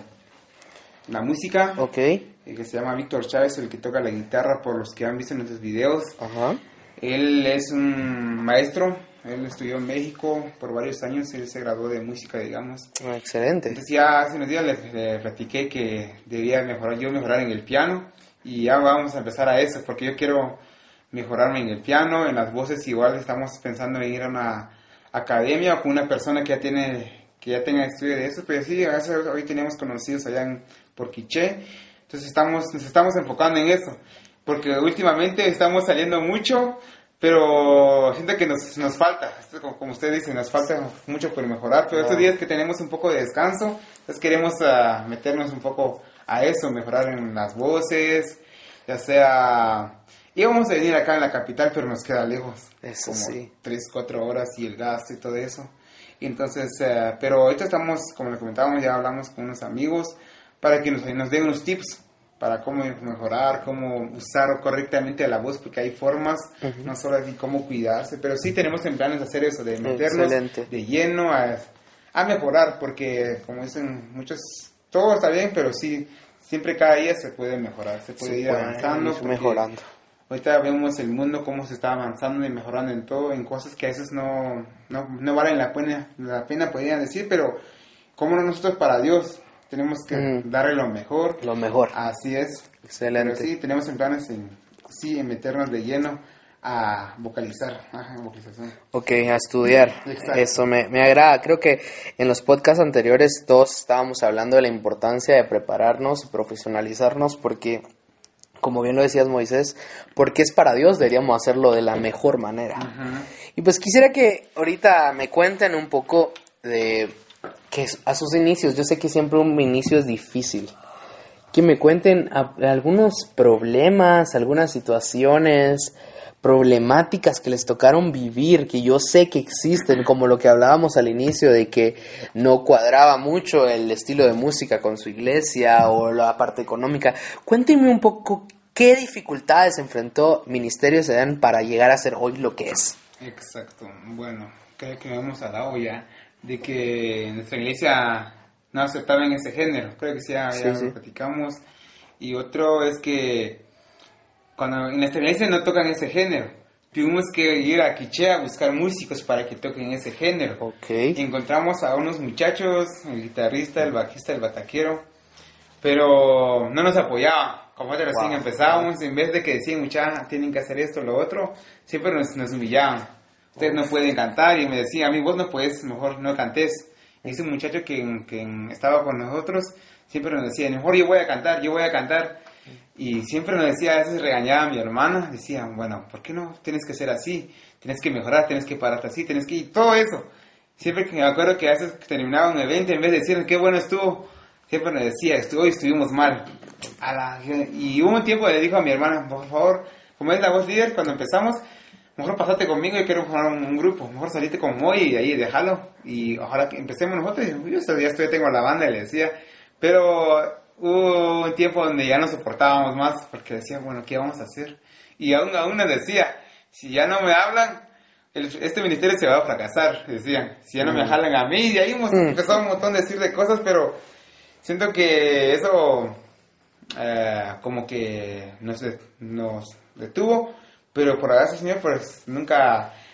la música, okay. que se llama Víctor Chávez, el que toca la guitarra, por los que han visto en nuestros videos. Uh-huh. Él es un maestro, él estudió en México por varios años, él se graduó de música, digamos. Oh, excelente. Entonces ya hace unos días le, le platiqué que debía mejorar, yo mejorar en el piano, y ya vamos a empezar a eso, porque yo quiero mejorarme en el piano, en las voces igual estamos pensando en ir a una academia o con una persona que ya tiene, que ya tenga estudio de eso, pero sí, hoy tenemos conocidos allá en Porquiché, entonces estamos, nos estamos enfocando en eso. Porque últimamente estamos saliendo mucho, pero siento que nos, nos falta, como, como usted dice, nos falta mucho por mejorar, pero wow. estos días que tenemos un poco de descanso, entonces queremos uh, meternos un poco a eso, mejorar en las voces, ya sea, íbamos a venir acá en la capital, pero nos queda lejos, eso como sí. tres, cuatro horas y el gasto y todo eso, y entonces, uh, pero ahorita estamos, como le comentábamos, ya hablamos con unos amigos, para que nos, nos den unos tips, para cómo mejorar, cómo usar correctamente la voz, porque hay formas, uh-huh. no solo así cómo cuidarse, pero sí tenemos en planes de hacer eso, de meternos Excelente. de lleno a, a mejorar, porque como dicen muchos, todo está bien, pero sí, siempre cada día se puede mejorar, se puede se ir puede avanzando. Ir mejorando. Ahorita vemos el mundo cómo se está avanzando y mejorando en todo, en cosas que a veces no, no, no valen la pena, la pena podrían decir, pero cómo no nosotros para Dios. Tenemos que mm. darle lo mejor. Lo mejor. Así es. Excelente. Pero sí, tenemos en planes en, sí, en meternos de lleno a vocalizar. Ajá, vocalización. Ok, a estudiar. Exacto. Eso me, me agrada. Creo que en los podcasts anteriores todos estábamos hablando de la importancia de prepararnos y profesionalizarnos porque, como bien lo decías, Moisés, porque es para Dios, deberíamos hacerlo de la mejor manera. Uh-huh. Y pues quisiera que ahorita me cuenten un poco de... que a sus inicios, yo sé que siempre un inicio es difícil, que me cuenten a, a algunos problemas, algunas situaciones problemáticas que les tocaron vivir, que yo sé que existen, como lo que hablábamos al inicio de que no cuadraba mucho el estilo de música con su iglesia o la parte económica. Cuéntenme un poco qué dificultades enfrentó Ministerio Eden para llegar a ser hoy lo que es. Exacto, bueno, creo que hemos hablado ya de que nuestra iglesia no aceptaba en ese género, creo que sí, ya, sí, ya sí. lo platicamos, y otro es que cuando en nuestra iglesia no tocan ese género, tuvimos que ir a Quiché a buscar músicos para que toquen ese género, okay. y encontramos a unos muchachos, el guitarrista, el bajista, el bataquero, pero no nos apoyaban, como recién wow. empezábamos, en vez de que decían, muchachos, tienen que hacer esto, lo otro, siempre nos, nos humillaban. Ustedes no pueden cantar, y me decía, a mí vos no puedes, mejor no cantes. Y ese muchacho que, que estaba con nosotros siempre nos decía, mejor yo voy a cantar, yo voy a cantar. Y siempre nos decía, a veces regañaba a mi hermana, decía, bueno, ¿por qué no tienes que ser así? Tienes que mejorar, tienes que pararte así, tienes que ir, todo eso. Siempre que me acuerdo que a veces terminaba un evento, en vez de decir, qué bueno estuvo, siempre nos decía, estuvo y estuvimos mal. A la, y hubo un tiempo que le dijo a mi hermana, por favor, como es la voz líder, cuando empezamos, mejor pasate conmigo y quiero formar un, un grupo, mejor salite con Moy y ahí déjalo, y ojalá que empecemos nosotros. Y yo ya estoy, tengo la banda, y le decía, pero hubo un tiempo donde ya no soportábamos más, porque decía, bueno, ¿qué vamos a hacer? Y aún, aún nos decía, si ya no me hablan, el, este ministerio se va a fracasar, decían, si ya no me jalan a mí, y ahí hemos empezado un montón de decir de cosas, pero siento que eso eh, como que nos, nos detuvo. Pero por gracias, Señor, pues nunca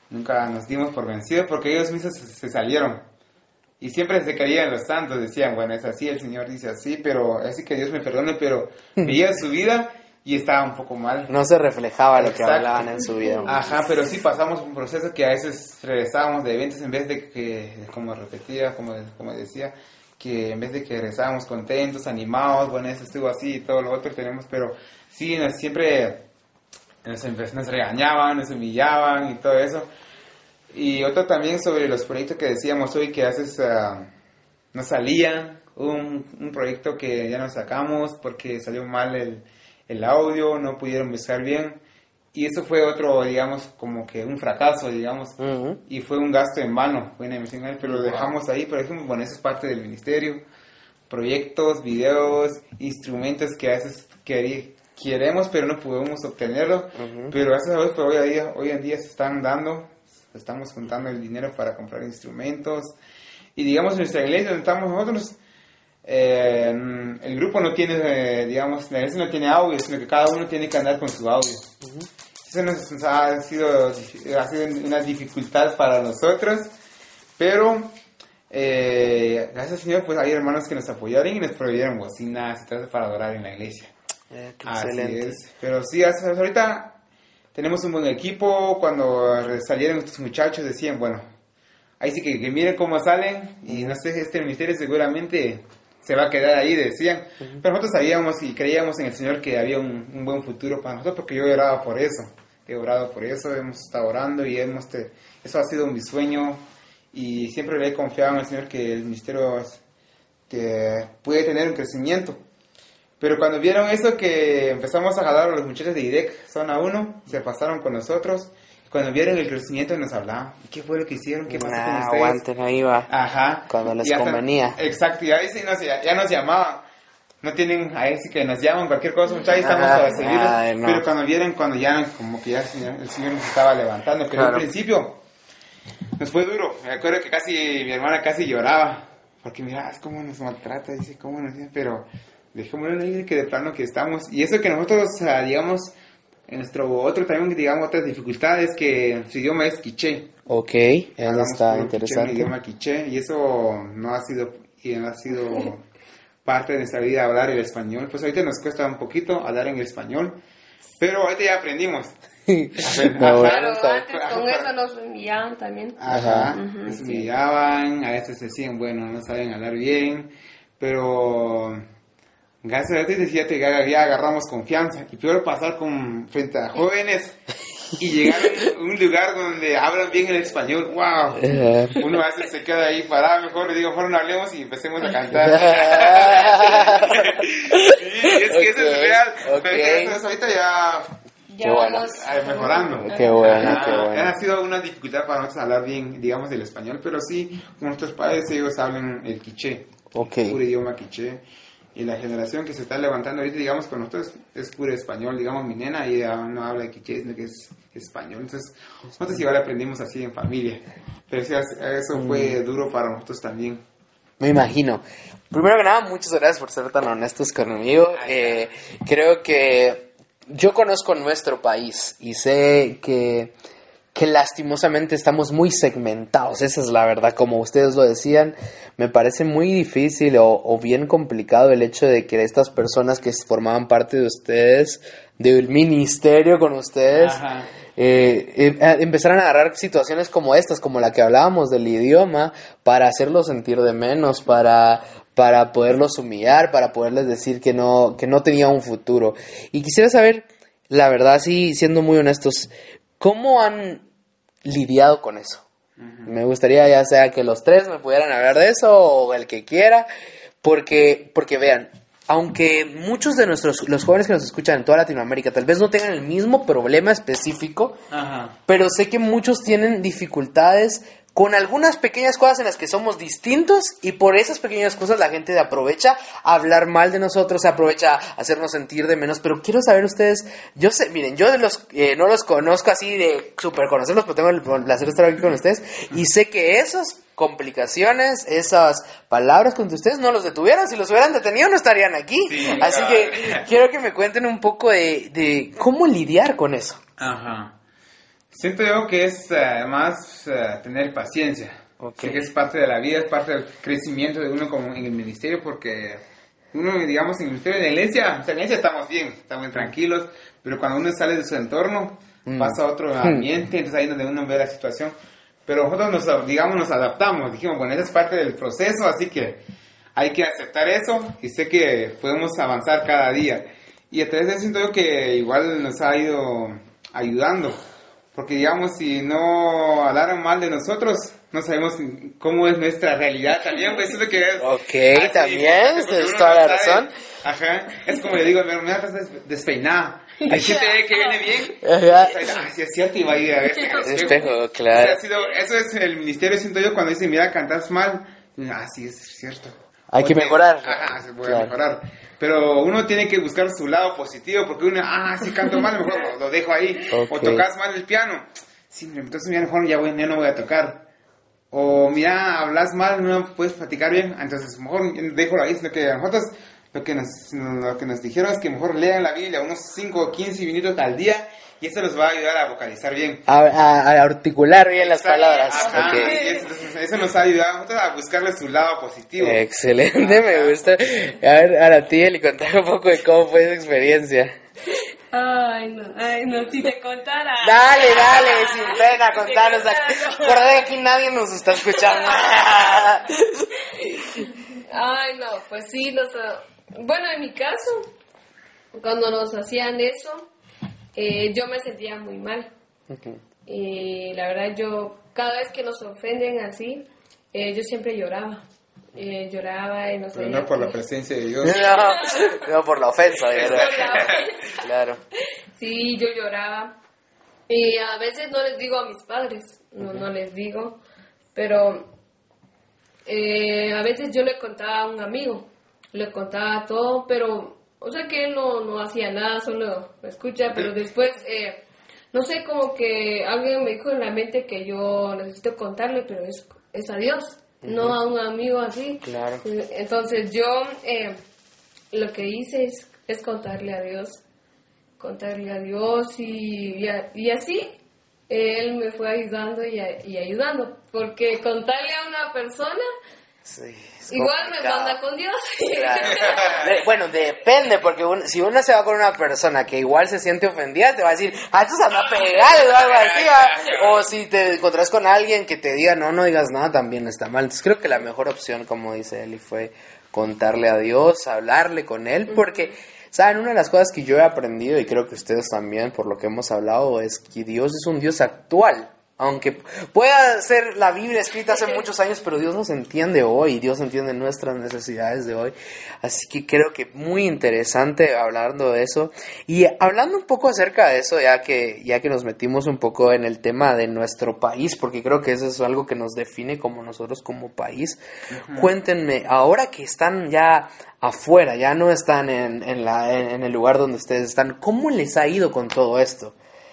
Nunca nos dimos por vencidos porque ellos mismos se, se salieron. Y siempre se creían los santos, decían, bueno, es así, el Señor dice así, pero así que Dios me perdone, pero veía su vida y estaba un poco mal. No se reflejaba lo que Exacto. hablaban en su vida. Ajá, pero sí pasamos un proceso que a veces regresábamos de eventos en vez de que, como repetía, como, como decía, que en vez de que regresábamos contentos, animados, bueno, eso estuvo así y todo lo otro tenemos, pero sí, nos, siempre nos, nos regañaban, nos humillaban y todo eso. Y otro también sobre los proyectos que decíamos hoy que haces, uh, no salían, un, un proyecto que ya nos sacamos porque salió mal el, el audio, no pudieron mezclar bien. Y eso fue otro, digamos, como que un fracaso, digamos, uh-huh. y fue un gasto en vano, fue una inversión, pero lo dejamos ahí, por ejemplo, bueno, eso es parte del ministerio, proyectos, videos, instrumentos que a veces quer- queremos, pero no podemos obtenerlo, uh-huh. pero gracias a Dios, pues, hoy, a día, hoy en día se están dando, estamos juntando el dinero para comprar instrumentos, y digamos, en nuestra iglesia donde estamos nosotros, eh, el grupo no tiene, eh, digamos, la iglesia no tiene audio, sino que cada uno tiene que andar con su audio. Uh-huh. Eso nos ha sido, ha sido una dificultad para nosotros, pero eh, gracias al Señor, pues hay hermanos que nos apoyaron y nos proveyeron bocinas y todo para adorar en la iglesia. Eh, qué Así excelente. es. Pero sí, hasta ahorita tenemos un buen equipo. Cuando salieron estos muchachos decían, bueno, ahí sí que, que miren cómo salen y no sé, este ministerio seguramente se va a quedar ahí, decían. Uh-huh. Pero nosotros sabíamos y creíamos en el Señor que había un, un buen futuro para nosotros, porque yo he orado por eso. He orado por eso, hemos estado orando y hemos te, eso ha sido mi sueño. Y siempre le he confiado en el Señor que el ministerio que puede tener un crecimiento. Pero cuando vieron eso, que empezamos a jalar a los muchachos de I D E C, zona uno, se pasaron con nosotros. Cuando vieron el crecimiento nos hablaban, ¿qué fue lo que hicieron? ¿Qué pasó nah, con ustedes? Aguanten, ahí va. Ajá. Cuando les hasta, convenía. Exacto, y ahí sí nos, ya nos llamaban. No tienen, ahí sí que nos llaman cualquier cosa, muchachos, estamos Ajá, para seguirlos. ay, no. Pero cuando vieron, cuando ya, como que ya el Señor, el Señor nos estaba levantando. Pero claro. al principio nos fue duro. Me acuerdo que casi, mi hermana casi lloraba. Porque mira, es como nos maltrata, dice, cómo nos dice, pero dejémoslo ahí que de plano que estamos. Y eso que nosotros, uh, digamos, en nuestro otro también, digamos, otras dificultades, que su idioma es quiché. Ok, eso está puro interesante. Quiché, mi idioma quiché, y eso no ha sido, y no ha sido parte de nuestra vida hablar el español. Pues ahorita nos cuesta un poquito hablar en el español, pero ahorita ya aprendimos. No, claro, antes con eso nos humillaban también. Ajá, uh-huh, nos sí. humillaban, a veces decían, bueno, no saben hablar bien, pero gracias a Dios ya, te, ya agarramos confianza. Y peor pasar con, frente a jóvenes y llegar a un lugar donde hablan bien el español, wow. Uh-huh. Uno a veces se queda ahí parado, mejor le digo, mejor no hablemos y empecemos a cantar. Sí, es que okay, eso es real. Okay. Pero eso, ahorita ya... Qué bueno. Mejorando. Qué bueno, qué bueno. Ha sido una dificultad para nosotros hablar bien, digamos, el español, pero sí, con nuestros padres ellos hablan el quiché, okay. el puro idioma quiché. Y la generación que se está levantando ahorita, digamos, con nosotros es puro español. Digamos, mi nena, ella no habla quiché, sino que es español. Entonces, nosotros igual aprendimos así en familia. Pero sí, eso fue duro para nosotros también. Me imagino. Primero que nada, muchas gracias por ser tan honestos conmigo. Eh, creo que yo conozco nuestro país y sé que, que lastimosamente estamos muy segmentados, esa es la verdad, como ustedes lo decían. Me parece muy difícil o, o bien complicado el hecho de que estas personas que formaban parte de ustedes, del ministerio con ustedes, eh, eh, empezaran a agarrar situaciones como estas, como la que hablábamos del idioma, para hacerlos sentir de menos, para... para poderlos humillar, para poderles decir que no, que no tenía un futuro. Y quisiera saber, la verdad, sí, siendo muy honestos, ¿cómo han lidiado con eso? Uh-huh. Me gustaría ya sea que los tres me pudieran hablar de eso, o el que quiera, porque, porque vean, aunque muchos de nuestros, los jóvenes que nos escuchan en toda Latinoamérica tal vez no tengan el mismo problema específico, uh-huh. pero sé que muchos tienen dificultades con algunas pequeñas cosas en las que somos distintos, y por esas pequeñas cosas la gente aprovecha a hablar mal de nosotros, aprovecha a hacernos sentir de menos. Pero quiero saber ustedes, yo sé, miren, yo de los eh, no los conozco así de súper conocerlos, pero tengo el placer de estar aquí con ustedes, y sé que esas complicaciones, esas palabras contra ustedes no los detuvieron. Si los hubieran detenido no estarían aquí. Sí, así claro. que quiero que me cuenten un poco de, de cómo lidiar con eso. Ajá. Siento yo que es uh, más uh, tener paciencia. Okay. Sé que es parte de la vida, es parte del crecimiento de uno como en el ministerio, porque uno, digamos, en el ministerio de la iglesia, en la iglesia estamos bien, estamos bien tranquilos, pero cuando uno sale de su entorno, mm. pasa a otro ambiente, entonces ahí es donde uno ve la situación. Pero nosotros, nos, digamos, nos adaptamos, dijimos, bueno, esa es parte del proceso, así que hay que aceptar eso y sé que podemos avanzar cada día. Y a través de eso siento yo que igual nos ha ido ayudando, porque digamos, si no hablaran mal de nosotros, no sabemos cómo es nuestra realidad también, pues eso es lo que es. Ok, así, también, tienes toda la razón. Ajá, es como le digo, mi hermana estás despeinada. Hay gente que viene bien, ajá. Ah, sí es cierto, y va a ir a ver el espejo, claro. O sea, ha sido, eso es el ministerio, siento yo, cuando dicen, mira, cantas mal, ah, sí, es cierto. Hay que mejorar. Ajá, se puede claro. mejorar. Pero uno tiene que buscar su lado positivo, porque uno, ah, si canto mal, mejor lo, lo dejo ahí. Okay. O tocas mal el piano, sí, entonces mira, mejor ya, voy, ya no voy a tocar. O mira, hablas mal, no puedes platicar bien, entonces mejor déjalo ahí, sino que a nosotros lo que nos, lo que nos dijeron es que mejor lean la Biblia unos cinco o quince minutos al día y eso nos va a ayudar a vocalizar bien. A, a, a articular bien las palabras. Ajá, okay. eso, eso nos ha ayudado a nosotros a buscarle su lado positivo. Excelente, ajá. Me gusta. A ver, ahora ti, Eli, contar un poco de cómo fue esa experiencia. Ay, no, ay, no, si te contara. Dale, dale, sin pena, contanos. Por ahí aquí nadie nos está escuchando. Ay, no, pues sí, los, bueno, en mi caso, cuando nos hacían eso, eh, yo me sentía muy mal. Okay. Y la verdad, yo, cada vez que nos ofenden así, eh, yo siempre lloraba. Eh, lloraba y no Pero no por que... la presencia de Dios. No, no por la ofensa. Por la ofensa. Claro. Sí, yo lloraba. Y a veces no les digo a mis padres, no, no les digo, pero eh, a veces yo le contaba a un amigo, le contaba todo, pero, o sea que él no, no hacía nada, solo me escucha, pero después, eh, no sé, como que alguien me dijo en la mente que yo necesito contarle, pero es, es a Dios. No a un amigo así. Claro. Entonces yo eh, lo que hice es, es contarle a Dios, contarle a Dios y, y, a, y así eh, Él me fue ayudando y, a, y ayudando, porque contarle a una persona sí, igual me manda con Dios. Claro. de, bueno, depende, porque un, si uno se va con una persona que igual se siente ofendida, te va a decir, ah, esto se anda a pegar o algo así, ¿va? O si te encontrás con alguien que te diga, no, no digas nada, también está mal. Entonces creo que la mejor opción, como dice Eli, fue contarle a Dios, hablarle con Él, porque, ¿saben? Una de las cosas que yo he aprendido, y creo que ustedes también, por lo que hemos hablado, es que Dios es un Dios actual. Aunque pueda ser la Biblia escrita hace muchos años, pero Dios nos entiende hoy, Dios entiende nuestras necesidades de hoy. Así que creo que muy interesante hablando de eso. Y hablando un poco acerca de eso, ya que, ya que nos metimos un poco en el tema de nuestro país, porque creo que eso es algo que nos define como nosotros como país. Uh-huh. Cuéntenme, ahora que están ya afuera, ya no están en, en, la, en, en el lugar donde ustedes están, ¿cómo les ha ido con todo esto?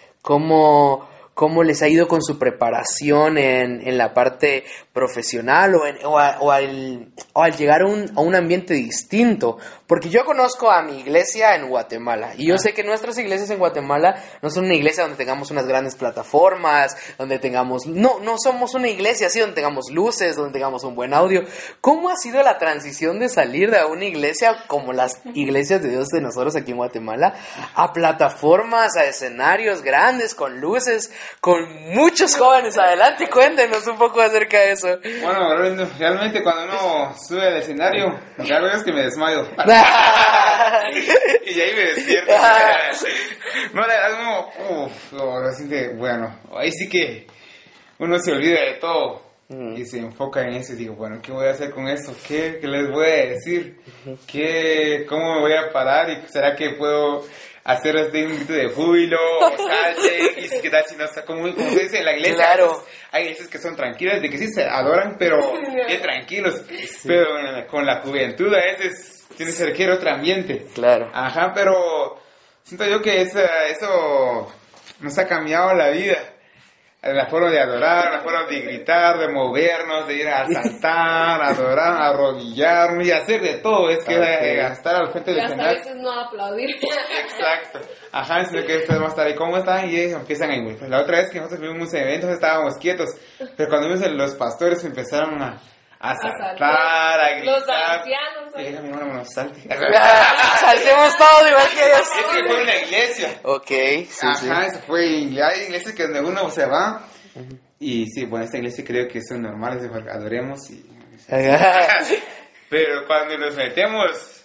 ¿Cómo... ¿Cómo les ha ido con su preparación en, en la parte profesional o, en, o, a, o, al, o al llegar a un, a un ambiente distinto? Porque yo conozco a mi iglesia en Guatemala y yo ah. sé que nuestras iglesias en Guatemala no son una iglesia donde tengamos unas grandes plataformas, donde tengamos... No, no somos una iglesia así donde tengamos luces, donde tengamos un buen audio. ¿Cómo ha sido la transición de salir de una iglesia como las iglesias de Dios de nosotros aquí en Guatemala a plataformas, a escenarios grandes con luces, con muchos jóvenes adelante? Cuéntenos un poco acerca de eso. Bueno, realmente cuando uno sube al escenario, lo que hago es que me desmayo. Y ahí me despierto. No, la verdad, uno, uff, lo siente, bueno, ahí sí que uno se olvida de todo mm. y se enfoca en eso y digo, bueno, ¿qué voy a hacer con esto? ¿Qué, qué les voy a decir? ¿Qué, ¿Cómo me voy a parar? ¿Y será que puedo hacer este un grito de júbilo o salte? ¿Y qué tal si no está como, como se dice en la iglesia? Claro. Hay iglesias que son tranquilas, de que sí se adoran, pero bien tranquilos. Sí. Pero con la juventud a veces tiene que requiere otro ambiente. Claro. Ajá, pero siento yo que esa, eso nos ha cambiado la vida. la forma de adorar, la forma de gritar, de movernos, de ir a saltar, adorar, arrodillarnos y hacer de todo. Es que okay. eh, estar al frente del escenario. Y hasta a veces no aplaudir. Exacto. Ajá, sino que ustedes van a estar ahí, ¿cómo están? Y ellos empiezan a involucrar. La otra vez que nosotros fuimos a eventos estábamos quietos, pero cuando vimos los pastores empezaron a, a saltar, a, a gritar. Los ancianos. Y dije, mi hermano, no salte. Saltemos todos igual que ellos. Es que fue en la iglesia. Ok, sí, Ajá, sí. eso fue. Y hay iglesias que donde uno se va. Uh-huh. Y sí, bueno, esta iglesia creo que son normales, adoremos. Y... Pero cuando nos metemos,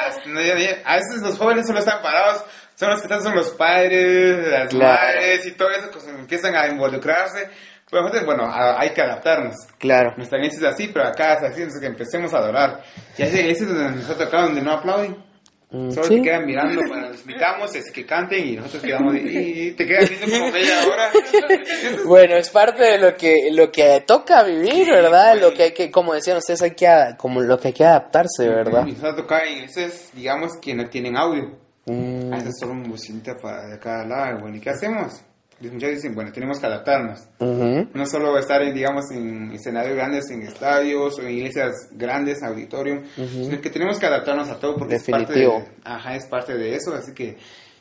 a veces los jóvenes solo están parados. Son los que están, son los padres, las claro. madres y todo eso, que empiezan a involucrarse. Pero nosotros, bueno, a, hay que adaptarnos. Claro. Nuestra iglesia es así, pero acá es así, entonces que empecemos a adorar. Y hay iglesias donde nos ha tocado, donde no aplauden. Mm, Solo ¿sí? te quedan mirando, cuando los invitamos, es que canten y nosotros quedamos y te quedan viendo como media hora. Bueno, es parte de lo que lo que toca vivir, ¿verdad? Sí, lo que hay que, como decían ustedes, hay que como lo que hay que adaptarse, ¿verdad? Y nos ha tocado iglesias, digamos, que no tienen audio. Mm. A veces solo un bocinita para de cada lado. Bueno, ¿y qué hacemos? Muchos dicen, bueno, tenemos que adaptarnos. Uh-huh. No solo estar, en, digamos, en escenarios grandes, en estadios o en iglesias grandes, auditorium, uh-huh. sino que tenemos que adaptarnos a todo porque Definitivo. es parte de, ajá, es parte de eso, así que,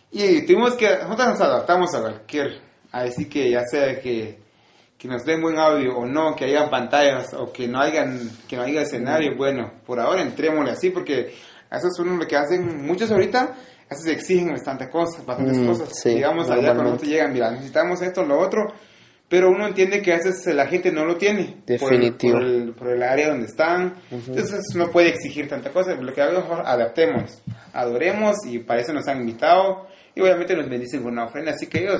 y tuvimos que, nosotros nos adaptamos a cualquier, así que ya sea que, que nos den buen audio o no, que haya pantallas o que no hayan, que no haya escenario, uh-huh. bueno, por ahora entrémosle así porque eso es uno lo que hacen muchos ahorita. A veces exigen bastantes cosas, bastantes mm, cosas. Sí, digamos, allá cuando nosotros llegan, mira, necesitamos esto, lo otro, pero uno entiende que a veces la gente no lo tiene. Definitivo. Por el, por el, por el área donde están. Uh-huh. Entonces no puede exigir tanta cosa. Lo que hago es mejor adaptemos, adoremos y para eso nos han invitado. Y obviamente nos bendicen con una ofrenda, así que ellos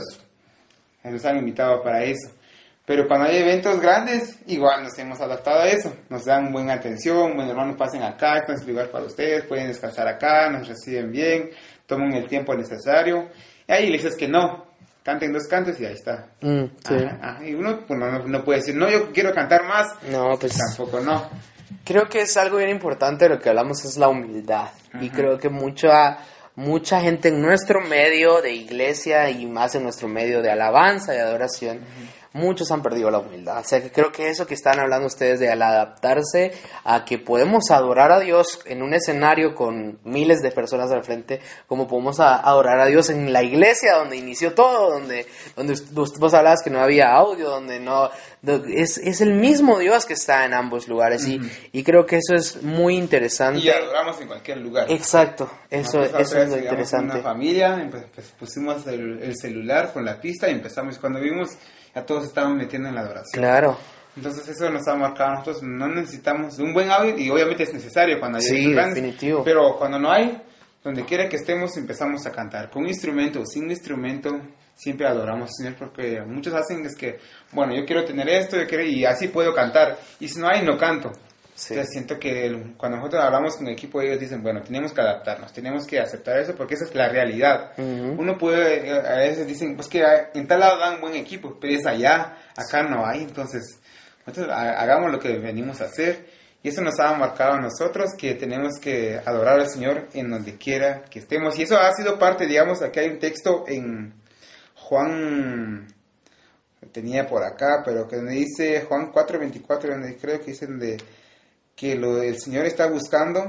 nos han invitado para eso. Pero cuando hay eventos grandes, igual nos hemos adaptado a eso. Nos dan buena atención, bueno, hermanos, pasen acá, este es el lugar para ustedes, pueden descansar acá, nos reciben bien, tomen el tiempo necesario. Y hay iglesias que no, canten dos cantos y ahí está. Mm, sí. Ajá, ajá. Y uno pues, no, no puede decir, no, yo quiero cantar más. No, pues tampoco no. Creo que es algo bien importante, lo que hablamos es la humildad. Ajá. Y creo que mucha, mucha gente en nuestro medio de iglesia y más en nuestro medio de alabanza y adoración, uh-huh. muchos han perdido la humildad. O sea, que creo que eso que están hablando ustedes de al adaptarse a que podemos adorar a Dios en un escenario con miles de personas al frente, como podemos a, adorar a Dios en la iglesia donde inició todo, donde, donde vos hablabas que no había audio, donde no... Es, es el mismo Dios que está en ambos lugares. Uh-huh. y, y creo que eso es muy interesante. Y adoramos en cualquier lugar. Exacto, eso, eso es lo digamos, interesante. Una familia, pues, pusimos el, el celular con la pista y empezamos. Cuando vimos... a todos estamos metiendo en la adoración. Claro. Entonces eso nos ha marcado. Nosotros no necesitamos un buen audio y obviamente es necesario cuando hay sí, grandes, definitivo. Pero cuando no hay, donde quiera que estemos empezamos a cantar. Con un instrumento o sin instrumento siempre adoramos al Señor porque muchos hacen es que, bueno, yo quiero tener esto yo quiero, y así puedo cantar. Y si no hay, no canto. Sí. Entonces siento que el, cuando nosotros hablamos con el equipo, ellos dicen, bueno, tenemos que adaptarnos, tenemos que aceptar eso porque esa es la realidad. Uh-huh. Uno puede, a veces dicen, pues que en tal lado dan buen equipo, pero es allá, acá no hay, entonces nosotros hagamos lo que venimos a hacer. Y eso nos ha marcado a nosotros, que tenemos que adorar al Señor en donde quiera que estemos. Y eso ha sido parte, digamos, aquí hay un texto en Juan... tenía por acá, pero que donde dice Juan cuatro veinticuatro, donde creo que dicen de... que lo, el Señor está buscando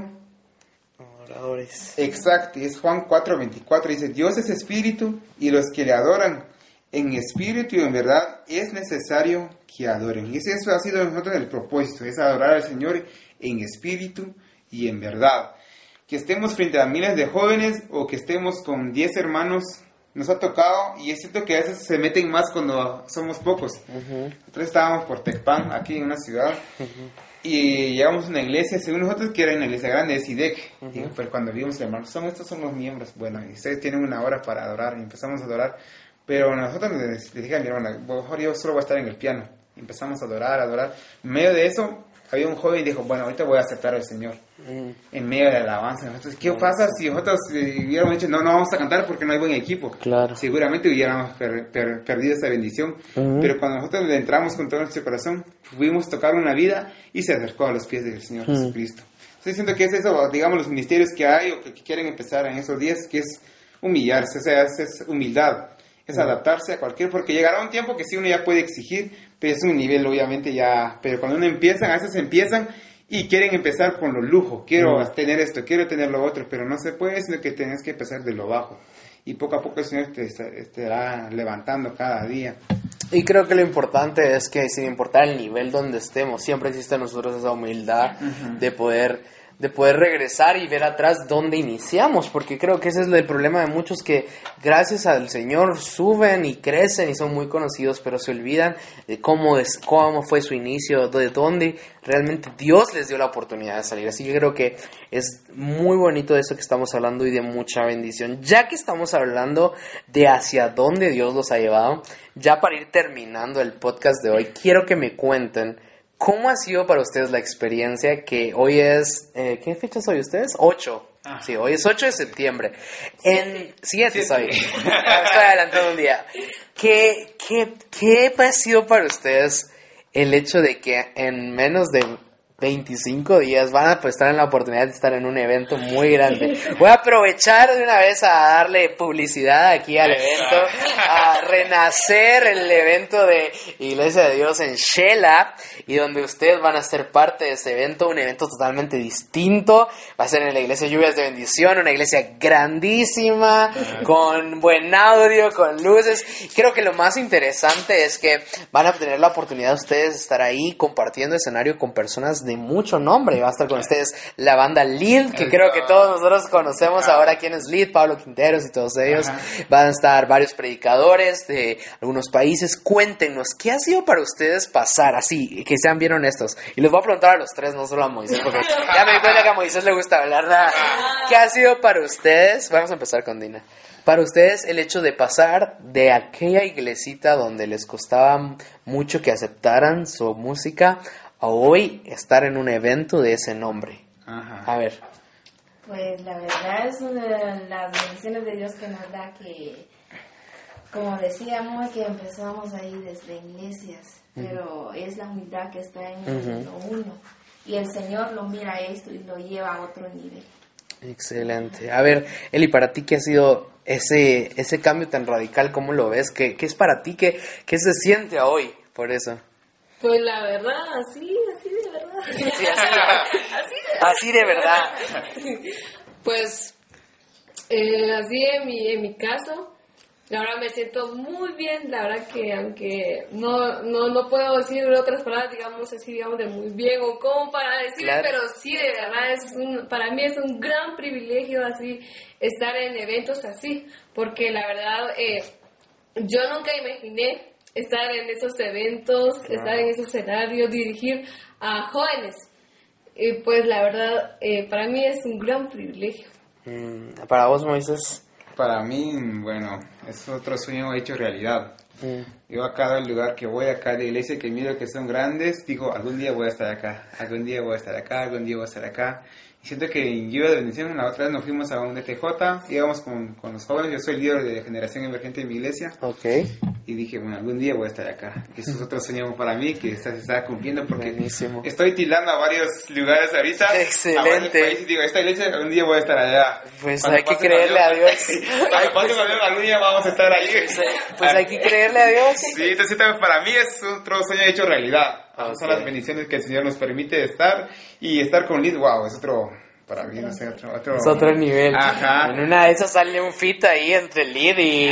oradores. Exacto, es Juan cuatro veinticuatro, dice, Dios es espíritu y los que le adoran en espíritu y en verdad es necesario que adoren. Y eso ha sido nosotros el propósito, es adorar al Señor en espíritu y en verdad. Que estemos frente a miles de jóvenes o que estemos con diez hermanos, nos ha tocado, y es cierto que a veces se meten más cuando somos pocos. Uh-huh. Nosotros estábamos por Tecpan, aquí en una ciudad, uh-huh. y llegamos a una iglesia, según nosotros que era una iglesia grande, es I D E C. Uh-huh. Y pues cuando vimos, hermanos, son estos son los miembros. Bueno, y ustedes tienen una hora para adorar, y empezamos a adorar. Pero nosotros les, les dije a mi hermana, mejor yo solo voy a estar en el piano. Y empezamos a adorar, a adorar. En medio de eso, había un joven y dijo, bueno, ahorita voy a aceptar al Señor. Mm. En medio de la alabanza. Nosotros, ¿qué mm. pasa si nosotros eh, hubiéramos dicho, no, no vamos a cantar porque no hay buen equipo? Claro. Seguramente hubiéramos per, per, perdido esa bendición. Mm. Pero cuando nosotros le entramos con todo nuestro corazón, pudimos tocar una vida y se acercó a los pies del Señor mm. Jesucristo. Entonces siento que es eso, digamos, los ministerios que hay o que, que quieren empezar en esos días, que es humillarse, o sea, es, es humildad. es adaptarse a cualquier, porque llegará un tiempo que sí uno ya puede exigir, pero es un nivel obviamente ya, pero cuando uno empieza, a veces empiezan y quieren empezar con lo lujo, quiero mm. tener esto, quiero tener lo otro, pero no se puede, sino que tienes que empezar de lo bajo. Y poco a poco el Señor te estará levantando cada día. Y creo que lo importante es que sin importar el nivel donde estemos, siempre existe en nosotros esa humildad uh-huh. de poder de poder regresar y ver atrás dónde iniciamos, porque creo que ese es el problema de muchos, que gracias al Señor suben y crecen y son muy conocidos, pero se olvidan de cómo, es, cómo fue su inicio, de dónde realmente Dios les dio la oportunidad de salir. Así que creo que es muy bonito de eso que estamos hablando y de mucha bendición. Ya que estamos hablando de hacia dónde Dios los ha llevado, ya para ir terminando el podcast de hoy, quiero que me cuenten ¿cómo ha sido para ustedes la experiencia que hoy es... Eh, ¿qué fecha soy ustedes? ocho. Ah. Sí, hoy es ocho de septiembre. En siete soy. Estoy adelantando un día. ¿Qué, qué, ¿Qué ha sido para ustedes el hecho de que en menos de veinticinco días van a pues, estar en la oportunidad de estar en un evento muy grande? Voy a aprovechar de una vez a darle publicidad aquí al evento, a Renacer, el evento de Iglesia de Dios en Shela, y donde ustedes van a ser parte de ese evento, un evento totalmente distinto. Va a ser en la iglesia Lluvias de Bendición, una iglesia grandísima, con buen audio, con luces. Creo que lo más interesante es que van a tener la oportunidad de ustedes estar ahí compartiendo escenario con personas de mucho nombre. Va a estar con ustedes la banda Lead, que creo que todos nosotros conocemos ahora quién es Lead, Pablo Quinteros y todos ellos. Ajá. Van a estar varios predicadores de algunos países. Cuéntenos, ¿qué ha sido para ustedes pasar así? Que sean bien honestos. Y les voy a preguntar a los tres, no solo a Moisés, porque ya me di cuenta que a Moisés le gusta hablar. Nada. ¿Qué ha sido para ustedes? Vamos a empezar con Dina. Para ustedes el hecho de pasar de aquella iglesita donde les costaba mucho que aceptaran su música a hoy estar en un evento de ese nombre. Ajá. A ver. Pues la verdad es una de las bendiciones de Dios que nos da, que, como decíamos, que empezamos ahí desde iglesias, uh-huh. pero es la humildad que está en uh-huh. lo uno. Y el Señor lo mira esto y lo lleva a otro nivel. Excelente. A ver, Eli, para ti, ¿qué ha sido ese ese cambio tan radical? ¿Cómo lo ves? ¿Qué, qué es para ti? ¿Qué, qué se siente hoy por eso? Pues la verdad, así, así de verdad. Sí, así, así, de, así de verdad. Pues, eh, así en mi, en mi caso, la verdad me siento muy bien. La verdad que aunque no, no, no puedo decir otras palabras, digamos así, digamos de muy bien o como para decir, claro. Pero sí, de verdad, es un, para mí es un gran privilegio así estar en eventos así, porque la verdad eh, yo nunca imaginé estar en esos eventos, claro. Estar en esos escenarios, dirigir a jóvenes. Y pues la verdad, eh, para mí es un gran privilegio. Mm, ¿para vos, Moisés? Para mí, bueno, es otro sueño hecho realidad. Mm. Yo a cada lugar que voy, a cada iglesia que miro que son grandes, digo, algún día voy a estar acá, algún día voy a estar acá, algún día voy a estar acá. Y siento que en Lluvia de Bendición, la otra vez nos fuimos a un D T J, íbamos con, con los jóvenes, yo soy líder de generación emergente en mi iglesia. Ok. Y dije, bueno, algún día voy a estar acá. Eso es otro sueño para mí que está, se está cumpliendo, porque buenísimo. Estoy tildando a varios lugares ahorita. Excelente. A varios países, digo, esta iglesia algún día voy a estar allá. Pues cuando hay que creerle a Dios. Cuando pase con Dios, algún día vamos a estar ahí. Pues, pues hay que creerle a Dios. Sí, entonces para mí es otro sueño hecho realidad. Okay. Son las bendiciones que el Señor nos permite estar, y estar con Lead, wow, es otro... Para mí, no sé, otro, otro... Es otro nivel. Ajá. En una de esas sale un fit ahí entre Lead y...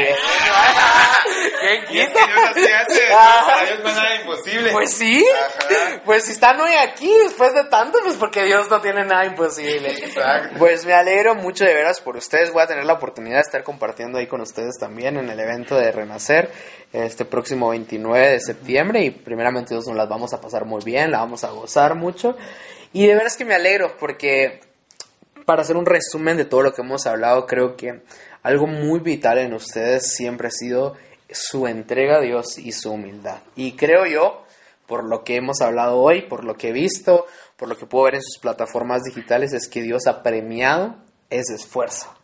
¿Qué quita? Es que Dios así hace. Para Dios no es nada imposible. Pues sí. Ajá. Pues si están hoy aquí después de tanto, pues porque Dios no tiene nada imposible. Exacto. Pues me alegro mucho de veras por ustedes. Voy a tener la oportunidad de estar compartiendo ahí con ustedes también en el evento de Renacer este próximo veintinueve de septiembre, y primeramente Dios nos las vamos a pasar muy bien, la vamos a gozar mucho. Y de veras que me alegro porque... Para hacer un resumen de todo lo que hemos hablado, creo que algo muy vital en ustedes siempre ha sido su entrega a Dios y su humildad. Y creo yo, por lo que hemos hablado hoy, por lo que he visto, por lo que puedo ver en sus plataformas digitales, es que Dios ha premiado ese esfuerzo.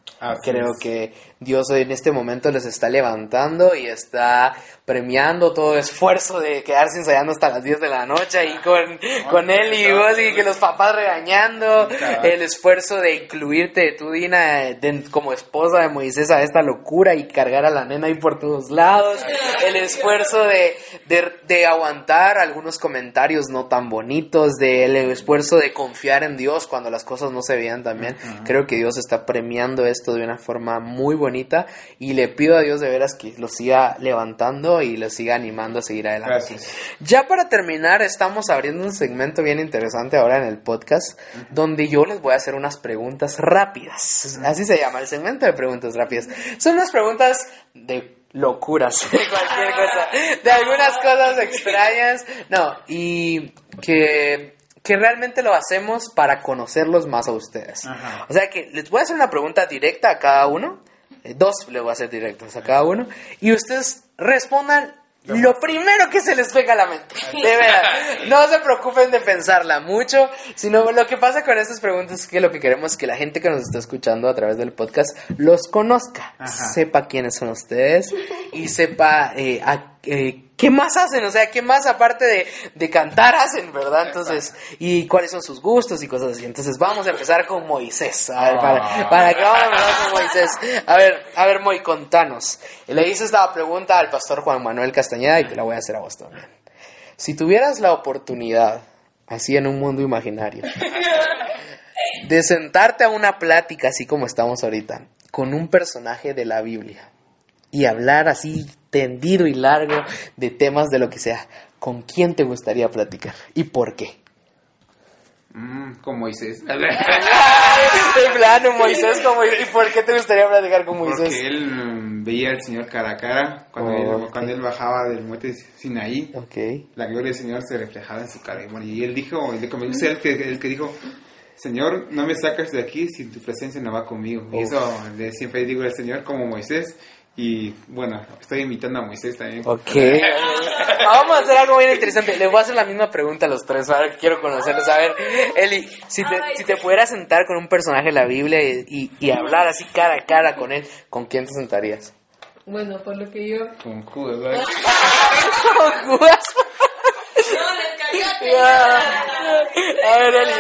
Así Creo es. que Dios en este momento les está levantando y está premiando todo esfuerzo de quedarse ensayando hasta las diez de la noche ahí con, con él y vos y que los papás regañando, el esfuerzo de incluirte tú, Dina, de- como esposa de Moisés a esta locura y cargar a la nena ahí por todos lados, el esfuerzo de, de, de aguantar algunos comentarios no tan bonitos, del esfuerzo de confiar en Dios cuando las cosas no se veían tan bien. Uh-huh. Creo que Dios está premiando esto de una forma muy bonita y le pido a Dios de veras que lo siga levantando y lo siga animando a seguir adelante. Gracias. Ya para terminar, estamos abriendo un segmento bien interesante ahora en el podcast, uh-huh, donde yo les voy a hacer unas preguntas rápidas. Uh-huh. Así se llama, el segmento de preguntas rápidas. Son unas preguntas de locuras, de cualquier cosa, de algunas cosas extrañas. No, y que... que realmente lo hacemos para conocerlos más a ustedes. Ajá. O sea que les voy a hacer una pregunta directa a cada uno. Eh, dos les voy a hacer directas a cada uno. Y ustedes respondan lo primero que se les venga a la mente. De verdad. No se preocupen de pensarla mucho. Sino lo que pasa con estas preguntas es que lo que queremos es que la gente que nos está escuchando a través del podcast los conozca. Ajá. Sepa quiénes son ustedes. Y sepa eh, a, eh, qué más hacen. O sea, qué más aparte de, de cantar hacen, ¿verdad? Entonces, y cuáles son sus gustos y cosas así. Entonces vamos a empezar con Moisés. A ver, para, para que vamos a empezar con Moisés. A ver, a ver, Moy, contanos. Le hice esta pregunta al pastor Juan Manuel Castañeda y te la voy a hacer a vos también. Si tuvieras la oportunidad, así en un mundo imaginario, de sentarte a una plática así como estamos ahorita, con un personaje de la Biblia y hablar así tendido y largo de temas de lo que sea, ¿con quién te gustaría platicar? ¿Y por qué? Mm, con Moisés. De plano, Moisés, como, ¿y por qué te gustaría platicar con Moisés? Porque él mm, veía al Señor cara a cara cuando, oh, él, okay. cuando él bajaba del monte Sinaí. Okay. La gloria del Señor se reflejaba en su cara. Y él dijo, le comenzó el que, el que dijo, Señor, no me sacas de aquí si tu presencia no va conmigo. Oh. Y eso le, siempre digo al Señor como Moisés. Y bueno, estoy imitando a Moisés también. Ok. Vamos a hacer algo bien interesante. Les voy a hacer la misma pregunta a los tres. Ahora quiero conocerlos. A ver, Eli, si te, si te pudieras sentar con un personaje de la Biblia y, y, y hablar así cara a cara con él, ¿con quién te sentarías? Bueno, por lo que yo... Con Judas, ¿verdad? ¿Con Judas? No, descargate. A ver, Eli,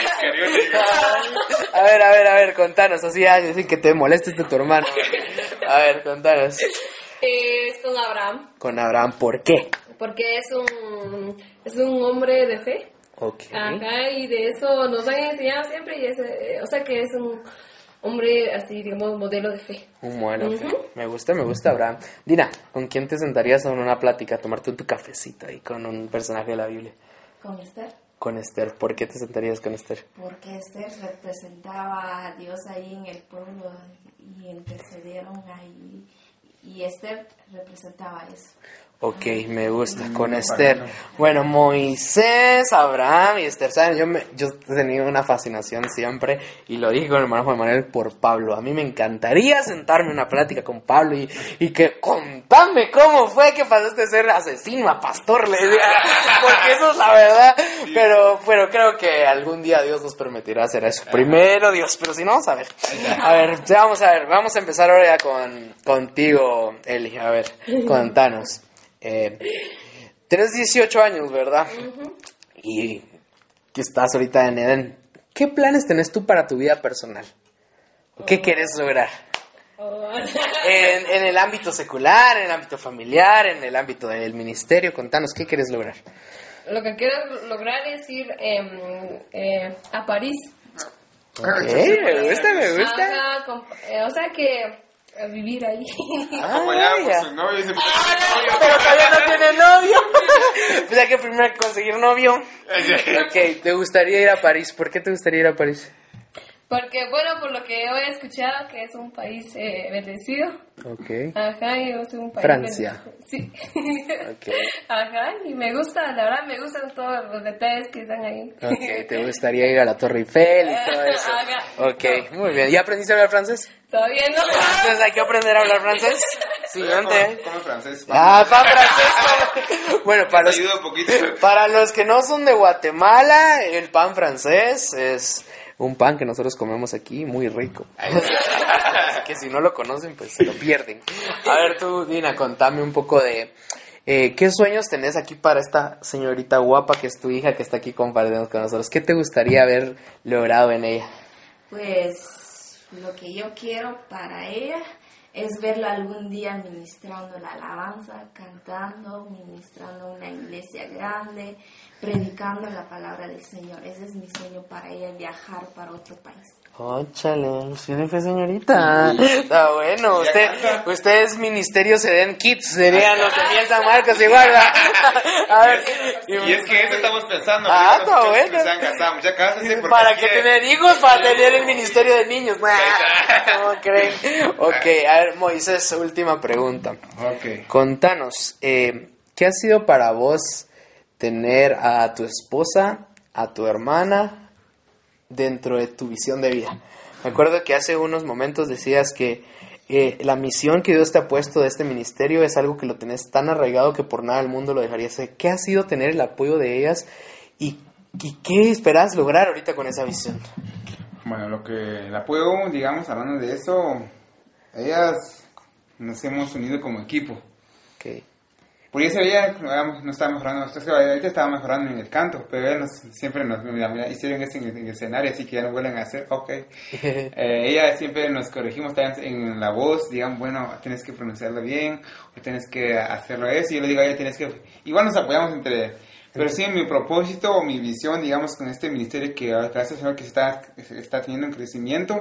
a ver, a ver, a ver, contanos. Así, así que te molestes de tu hermano. A ver, contanos. Eh, es con Abraham. Con Abraham, ¿por qué? Porque es un, es un hombre de fe. Ok. Ajá, y de eso nos han enseñado siempre. Y es, eh, o sea que es un hombre así, digamos, modelo de fe. Un modelo de uh-huh. fe. Me gusta, me gusta Abraham. Dina, ¿con quién te sentarías en una plática, tomarte tu cafecito ahí con un personaje de la Biblia? Con Esther. Con Esther. ¿Por qué te sentarías con Esther? Porque Esther representaba a Dios ahí en el pueblo y intercedieron ahí. Y Esther representaba eso. Ok, me gusta, con Esther. Bueno, Moisés, Abraham y Esther, ¿saben? Yo, me, yo he tenido una fascinación siempre, y lo dije con el hermano Juan Manuel, por Pablo. A mí me encantaría sentarme en una plática con Pablo y, y que contame cómo fue que pasaste de ser asesino a pastor, le diría, porque eso es la verdad. Pero, pero creo que algún día Dios nos permitirá hacer eso. Primero Dios, pero si no, vamos a ver. A ver, vamos a ver, vamos a empezar ahora ya con, contigo, Eli. A ver, contanos. Eh, tienes dieciocho años, ¿verdad? Uh-huh. Y que estás ahorita en Edén. ¿Qué planes tenés tú para tu vida personal? ¿Qué oh. quieres lograr? Oh. En, en el ámbito secular, en el ámbito familiar, en el ámbito del ministerio. Contanos, ¿qué quieres lograr? Lo que quiero lograr es ir eh, eh, a París. Okay, me gusta, me gusta. Ajá, con, eh, o sea que... a vivir ahí. Ah, ya, pues, novio, ese... ah, pero todavía no tiene novio. O sea que primero hay que conseguir novio. Ok, ¿te gustaría ir a París? ¿Por qué te gustaría ir a París? Porque, bueno, por lo que yo he escuchado, que es un país eh, bendecido. Ok. Ajá, y es un país Francia. bendecido. Sí. Ok. Ajá, y me gusta, la verdad, me gustan todos los detalles que están ahí. Ok, ¿te gustaría ir a la Torre Eiffel y todo eso? Ajá. Ok, muy bien. ¿Ya aprendiste a hablar francés? Todavía no. Entonces hay que aprender a hablar francés. Siguiente. ¿Cómo francés? Ah, pan francés. Bueno, para los, para los que no son de Guatemala, el pan francés es un pan que nosotros comemos aquí, muy rico. Así que si no lo conocen, pues se lo pierden. A ver tú, Dina, contame un poco de eh, ¿qué sueños tenés aquí para esta señorita guapa que es tu hija, que está aquí compartiendo con nosotros? ¿Qué te gustaría haber logrado en ella? Pues lo que yo quiero para ella es verla algún día ministrando la alabanza, cantando, ministrando una iglesia grande, predicando la palabra del Señor. Ese es mi sueño para ella, viajar para otro país. ¡Óchale! ¿Sí le fue, señorita? Está bueno. Usted, usted es Ministerio Seden Kids, serían los de Miel San Marcos igual, ¿verdad? A ver. Y es que eso estamos pensando. Ah, está bueno. Que se han casado, ya cásense, porque ¿Para aquí qué es- tener hijos? Para tener el Ministerio de Niños. ¿Cómo creen? Ok, a ver, Moisés, última pregunta. Ok. Contanos, eh, ¿qué ha sido para vos tener a tu esposa, a tu hermana dentro de tu visión de vida? Me acuerdo que hace unos momentos decías que eh, la misión que Dios te ha puesto de este ministerio es algo que lo tenés tan arraigado que por nada del mundo lo dejarías hacer. ¿Qué ha sido tener el apoyo de ellas y, y qué esperas lograr ahorita con esa visión? Bueno, lo que el apoyo, digamos, hablando de eso, ellas nos hemos unido como equipo. Okay. Por eso ella no, no estaba mejorando, ahorita estaba mejorando en el canto, pero ella nos, siempre nos mira, mira, hicieron eso en, en el escenario, así que ya no vuelven a hacer, ok. eh, ella siempre nos corregimos también en la voz, digamos, bueno, tienes que pronunciarlo bien, o tienes que hacerlo eso, y yo le digo a ella, tienes que, igual nos apoyamos entre, pero sí, mi propósito o mi visión, digamos, con este ministerio que gracias al Señor que está, está teniendo un crecimiento,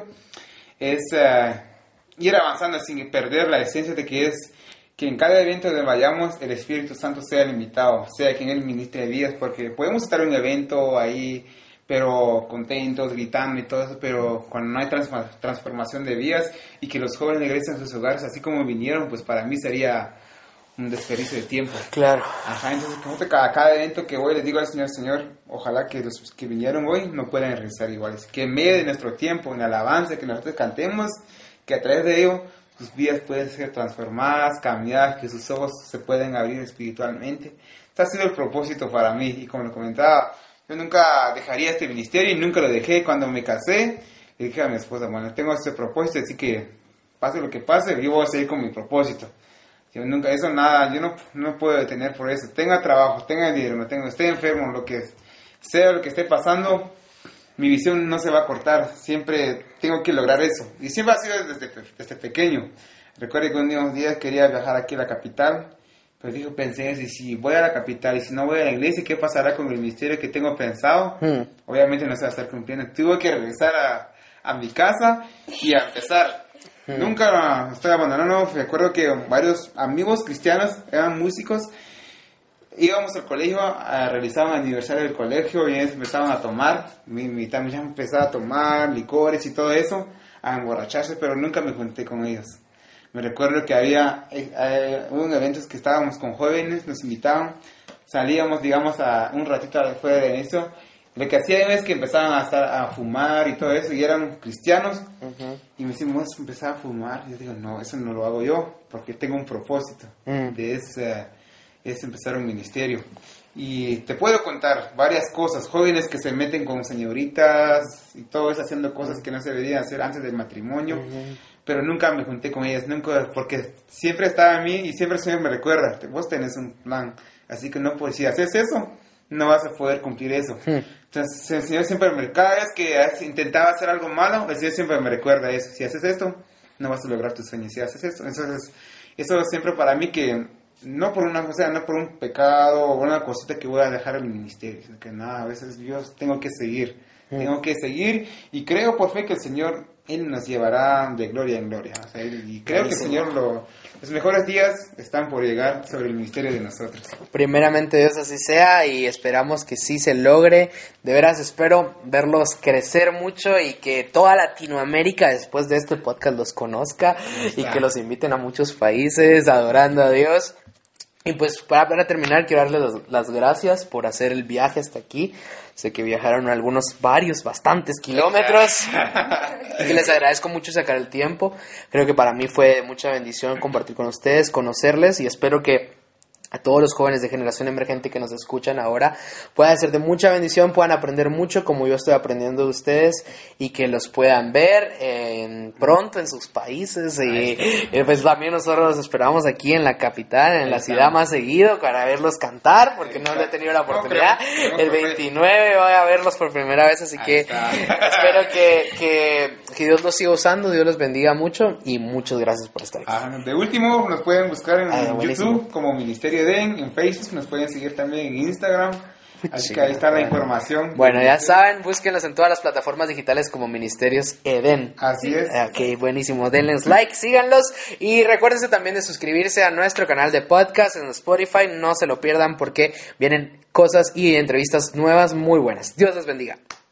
es uh, ir avanzando sin perder la esencia de que es que en cada evento donde vayamos el Espíritu Santo sea el invitado, sea quien Él ministre de vidas, porque podemos estar en un evento ahí, pero contentos, gritando y todo eso, pero cuando no hay transform- transformación de vidas y que los jóvenes regresen a sus hogares así como vinieron, pues para mí sería un desperdicio de tiempo. Claro. Ajá, entonces como que cada, cada evento que voy les digo al Señor, Señor, ojalá que los que vinieron hoy no puedan regresar iguales, que en medio de nuestro tiempo, en la alabanza, que nosotros cantemos, que a través de ello sus vidas pueden ser transformadas, cambiadas, que sus ojos se pueden abrir espiritualmente. Este ha sido el propósito para mí, y como lo comentaba, yo nunca dejaría este ministerio y nunca lo dejé. Cuando me casé, le dije a mi esposa, bueno, tengo este propósito, así que pase lo que pase, yo voy a seguir con mi propósito. Yo nunca, eso nada, yo no, no puedo detener por eso. Tenga trabajo, tenga dinero, no tengo, esté enfermo, lo que sea lo que esté pasando, mi visión no se va a cortar, siempre tengo que lograr eso. Y siempre ha sido desde, desde pequeño. Recuerdo que unos días quería viajar aquí a la capital, pero digo, pensé, si, si voy a la capital y si no voy a la iglesia, ¿qué pasará con el ministerio que tengo pensado? Hmm. Obviamente no se va a estar cumpliendo. Tuve que regresar a, a mi casa y a empezar. Hmm. Nunca estoy abandonando. Recuerdo que varios amigos cristianos eran músicos. Íbamos al colegio a realizar un aniversario del colegio y ellos empezaban a tomar, mi, mi también ya empezaba a tomar licores y todo eso, a emborracharse, pero nunca me junté con ellos. Me recuerdo que había eh, eh, un eventos que estábamos con jóvenes, nos invitaban, salíamos, digamos, a un ratito afuera de eso. Lo que hacían es que empezaban a estar a fumar y todo eso, y eran cristianos, uh-huh. Y me decían, vamos a empezar a fumar. Y yo digo, no, eso no lo hago yo, porque tengo un propósito uh-huh. de ese... es empezar un ministerio. Y te puedo contar varias cosas, jóvenes que se meten con señoritas y todo eso, haciendo cosas que no se deberían hacer antes del matrimonio, uh-huh. Pero nunca me junté con ellas, nunca, porque siempre estaba a mí y siempre el Señor me recuerda, vos tenés un plan, así que no puedes, si haces eso, no vas a poder cumplir eso. Uh-huh. Entonces el Señor siempre me, cada vez que intentaba hacer algo malo, el Señor siempre me recuerda eso, si haces esto, no vas a lograr tus sueños, si haces esto, entonces eso siempre para mí que no por una cosa, no por un pecado o una cosita que voy a dejar en el ministerio, sino que nada, a veces yo tengo que seguir, mm. tengo que seguir y creo por fe que el Señor, Él nos llevará de gloria en gloria, o sea, y creo Ahí que el Señor, lo, los mejores días están por llegar sobre el ministerio de nosotros. Primeramente Dios así sea y esperamos que sí se logre, de veras espero verlos crecer mucho y que toda Latinoamérica después de este podcast los conozca y que los inviten a muchos países adorando a Dios. Y pues para, para terminar quiero darles las, las gracias por hacer el viaje hasta aquí. Sé que viajaron algunos, varios, bastantes kilómetros. Y les agradezco mucho sacar el tiempo. Creo que para mí fue mucha bendición compartir con ustedes, conocerles y espero que a todos los jóvenes de Generación Emergente que nos escuchan ahora, pueda ser de mucha bendición, puedan aprender mucho como yo estoy aprendiendo de ustedes y que los puedan ver en, pronto en sus países y, y pues también nosotros los esperamos aquí en la capital, en la ciudad más seguido para verlos cantar porque no he tenido la oportunidad. El veintinueve voy a verlos por primera vez, así que espero que, que, que Dios los siga usando, Dios los bendiga mucho y muchas gracias por estar aquí. Ah, de último, nos pueden buscar en ah, YouTube como Ministerio Edén, en Facebook, nos pueden seguir también en Instagram. Así que ahí está la información. Bueno, ya saben, búsquenlos en todas las plataformas digitales como Ministerios Edén. Así es. Ok, buenísimo. Denles like, síganlos y recuérdense también de suscribirse a nuestro canal de podcast en Spotify. No se lo pierdan porque vienen cosas y entrevistas nuevas muy buenas. Dios les bendiga.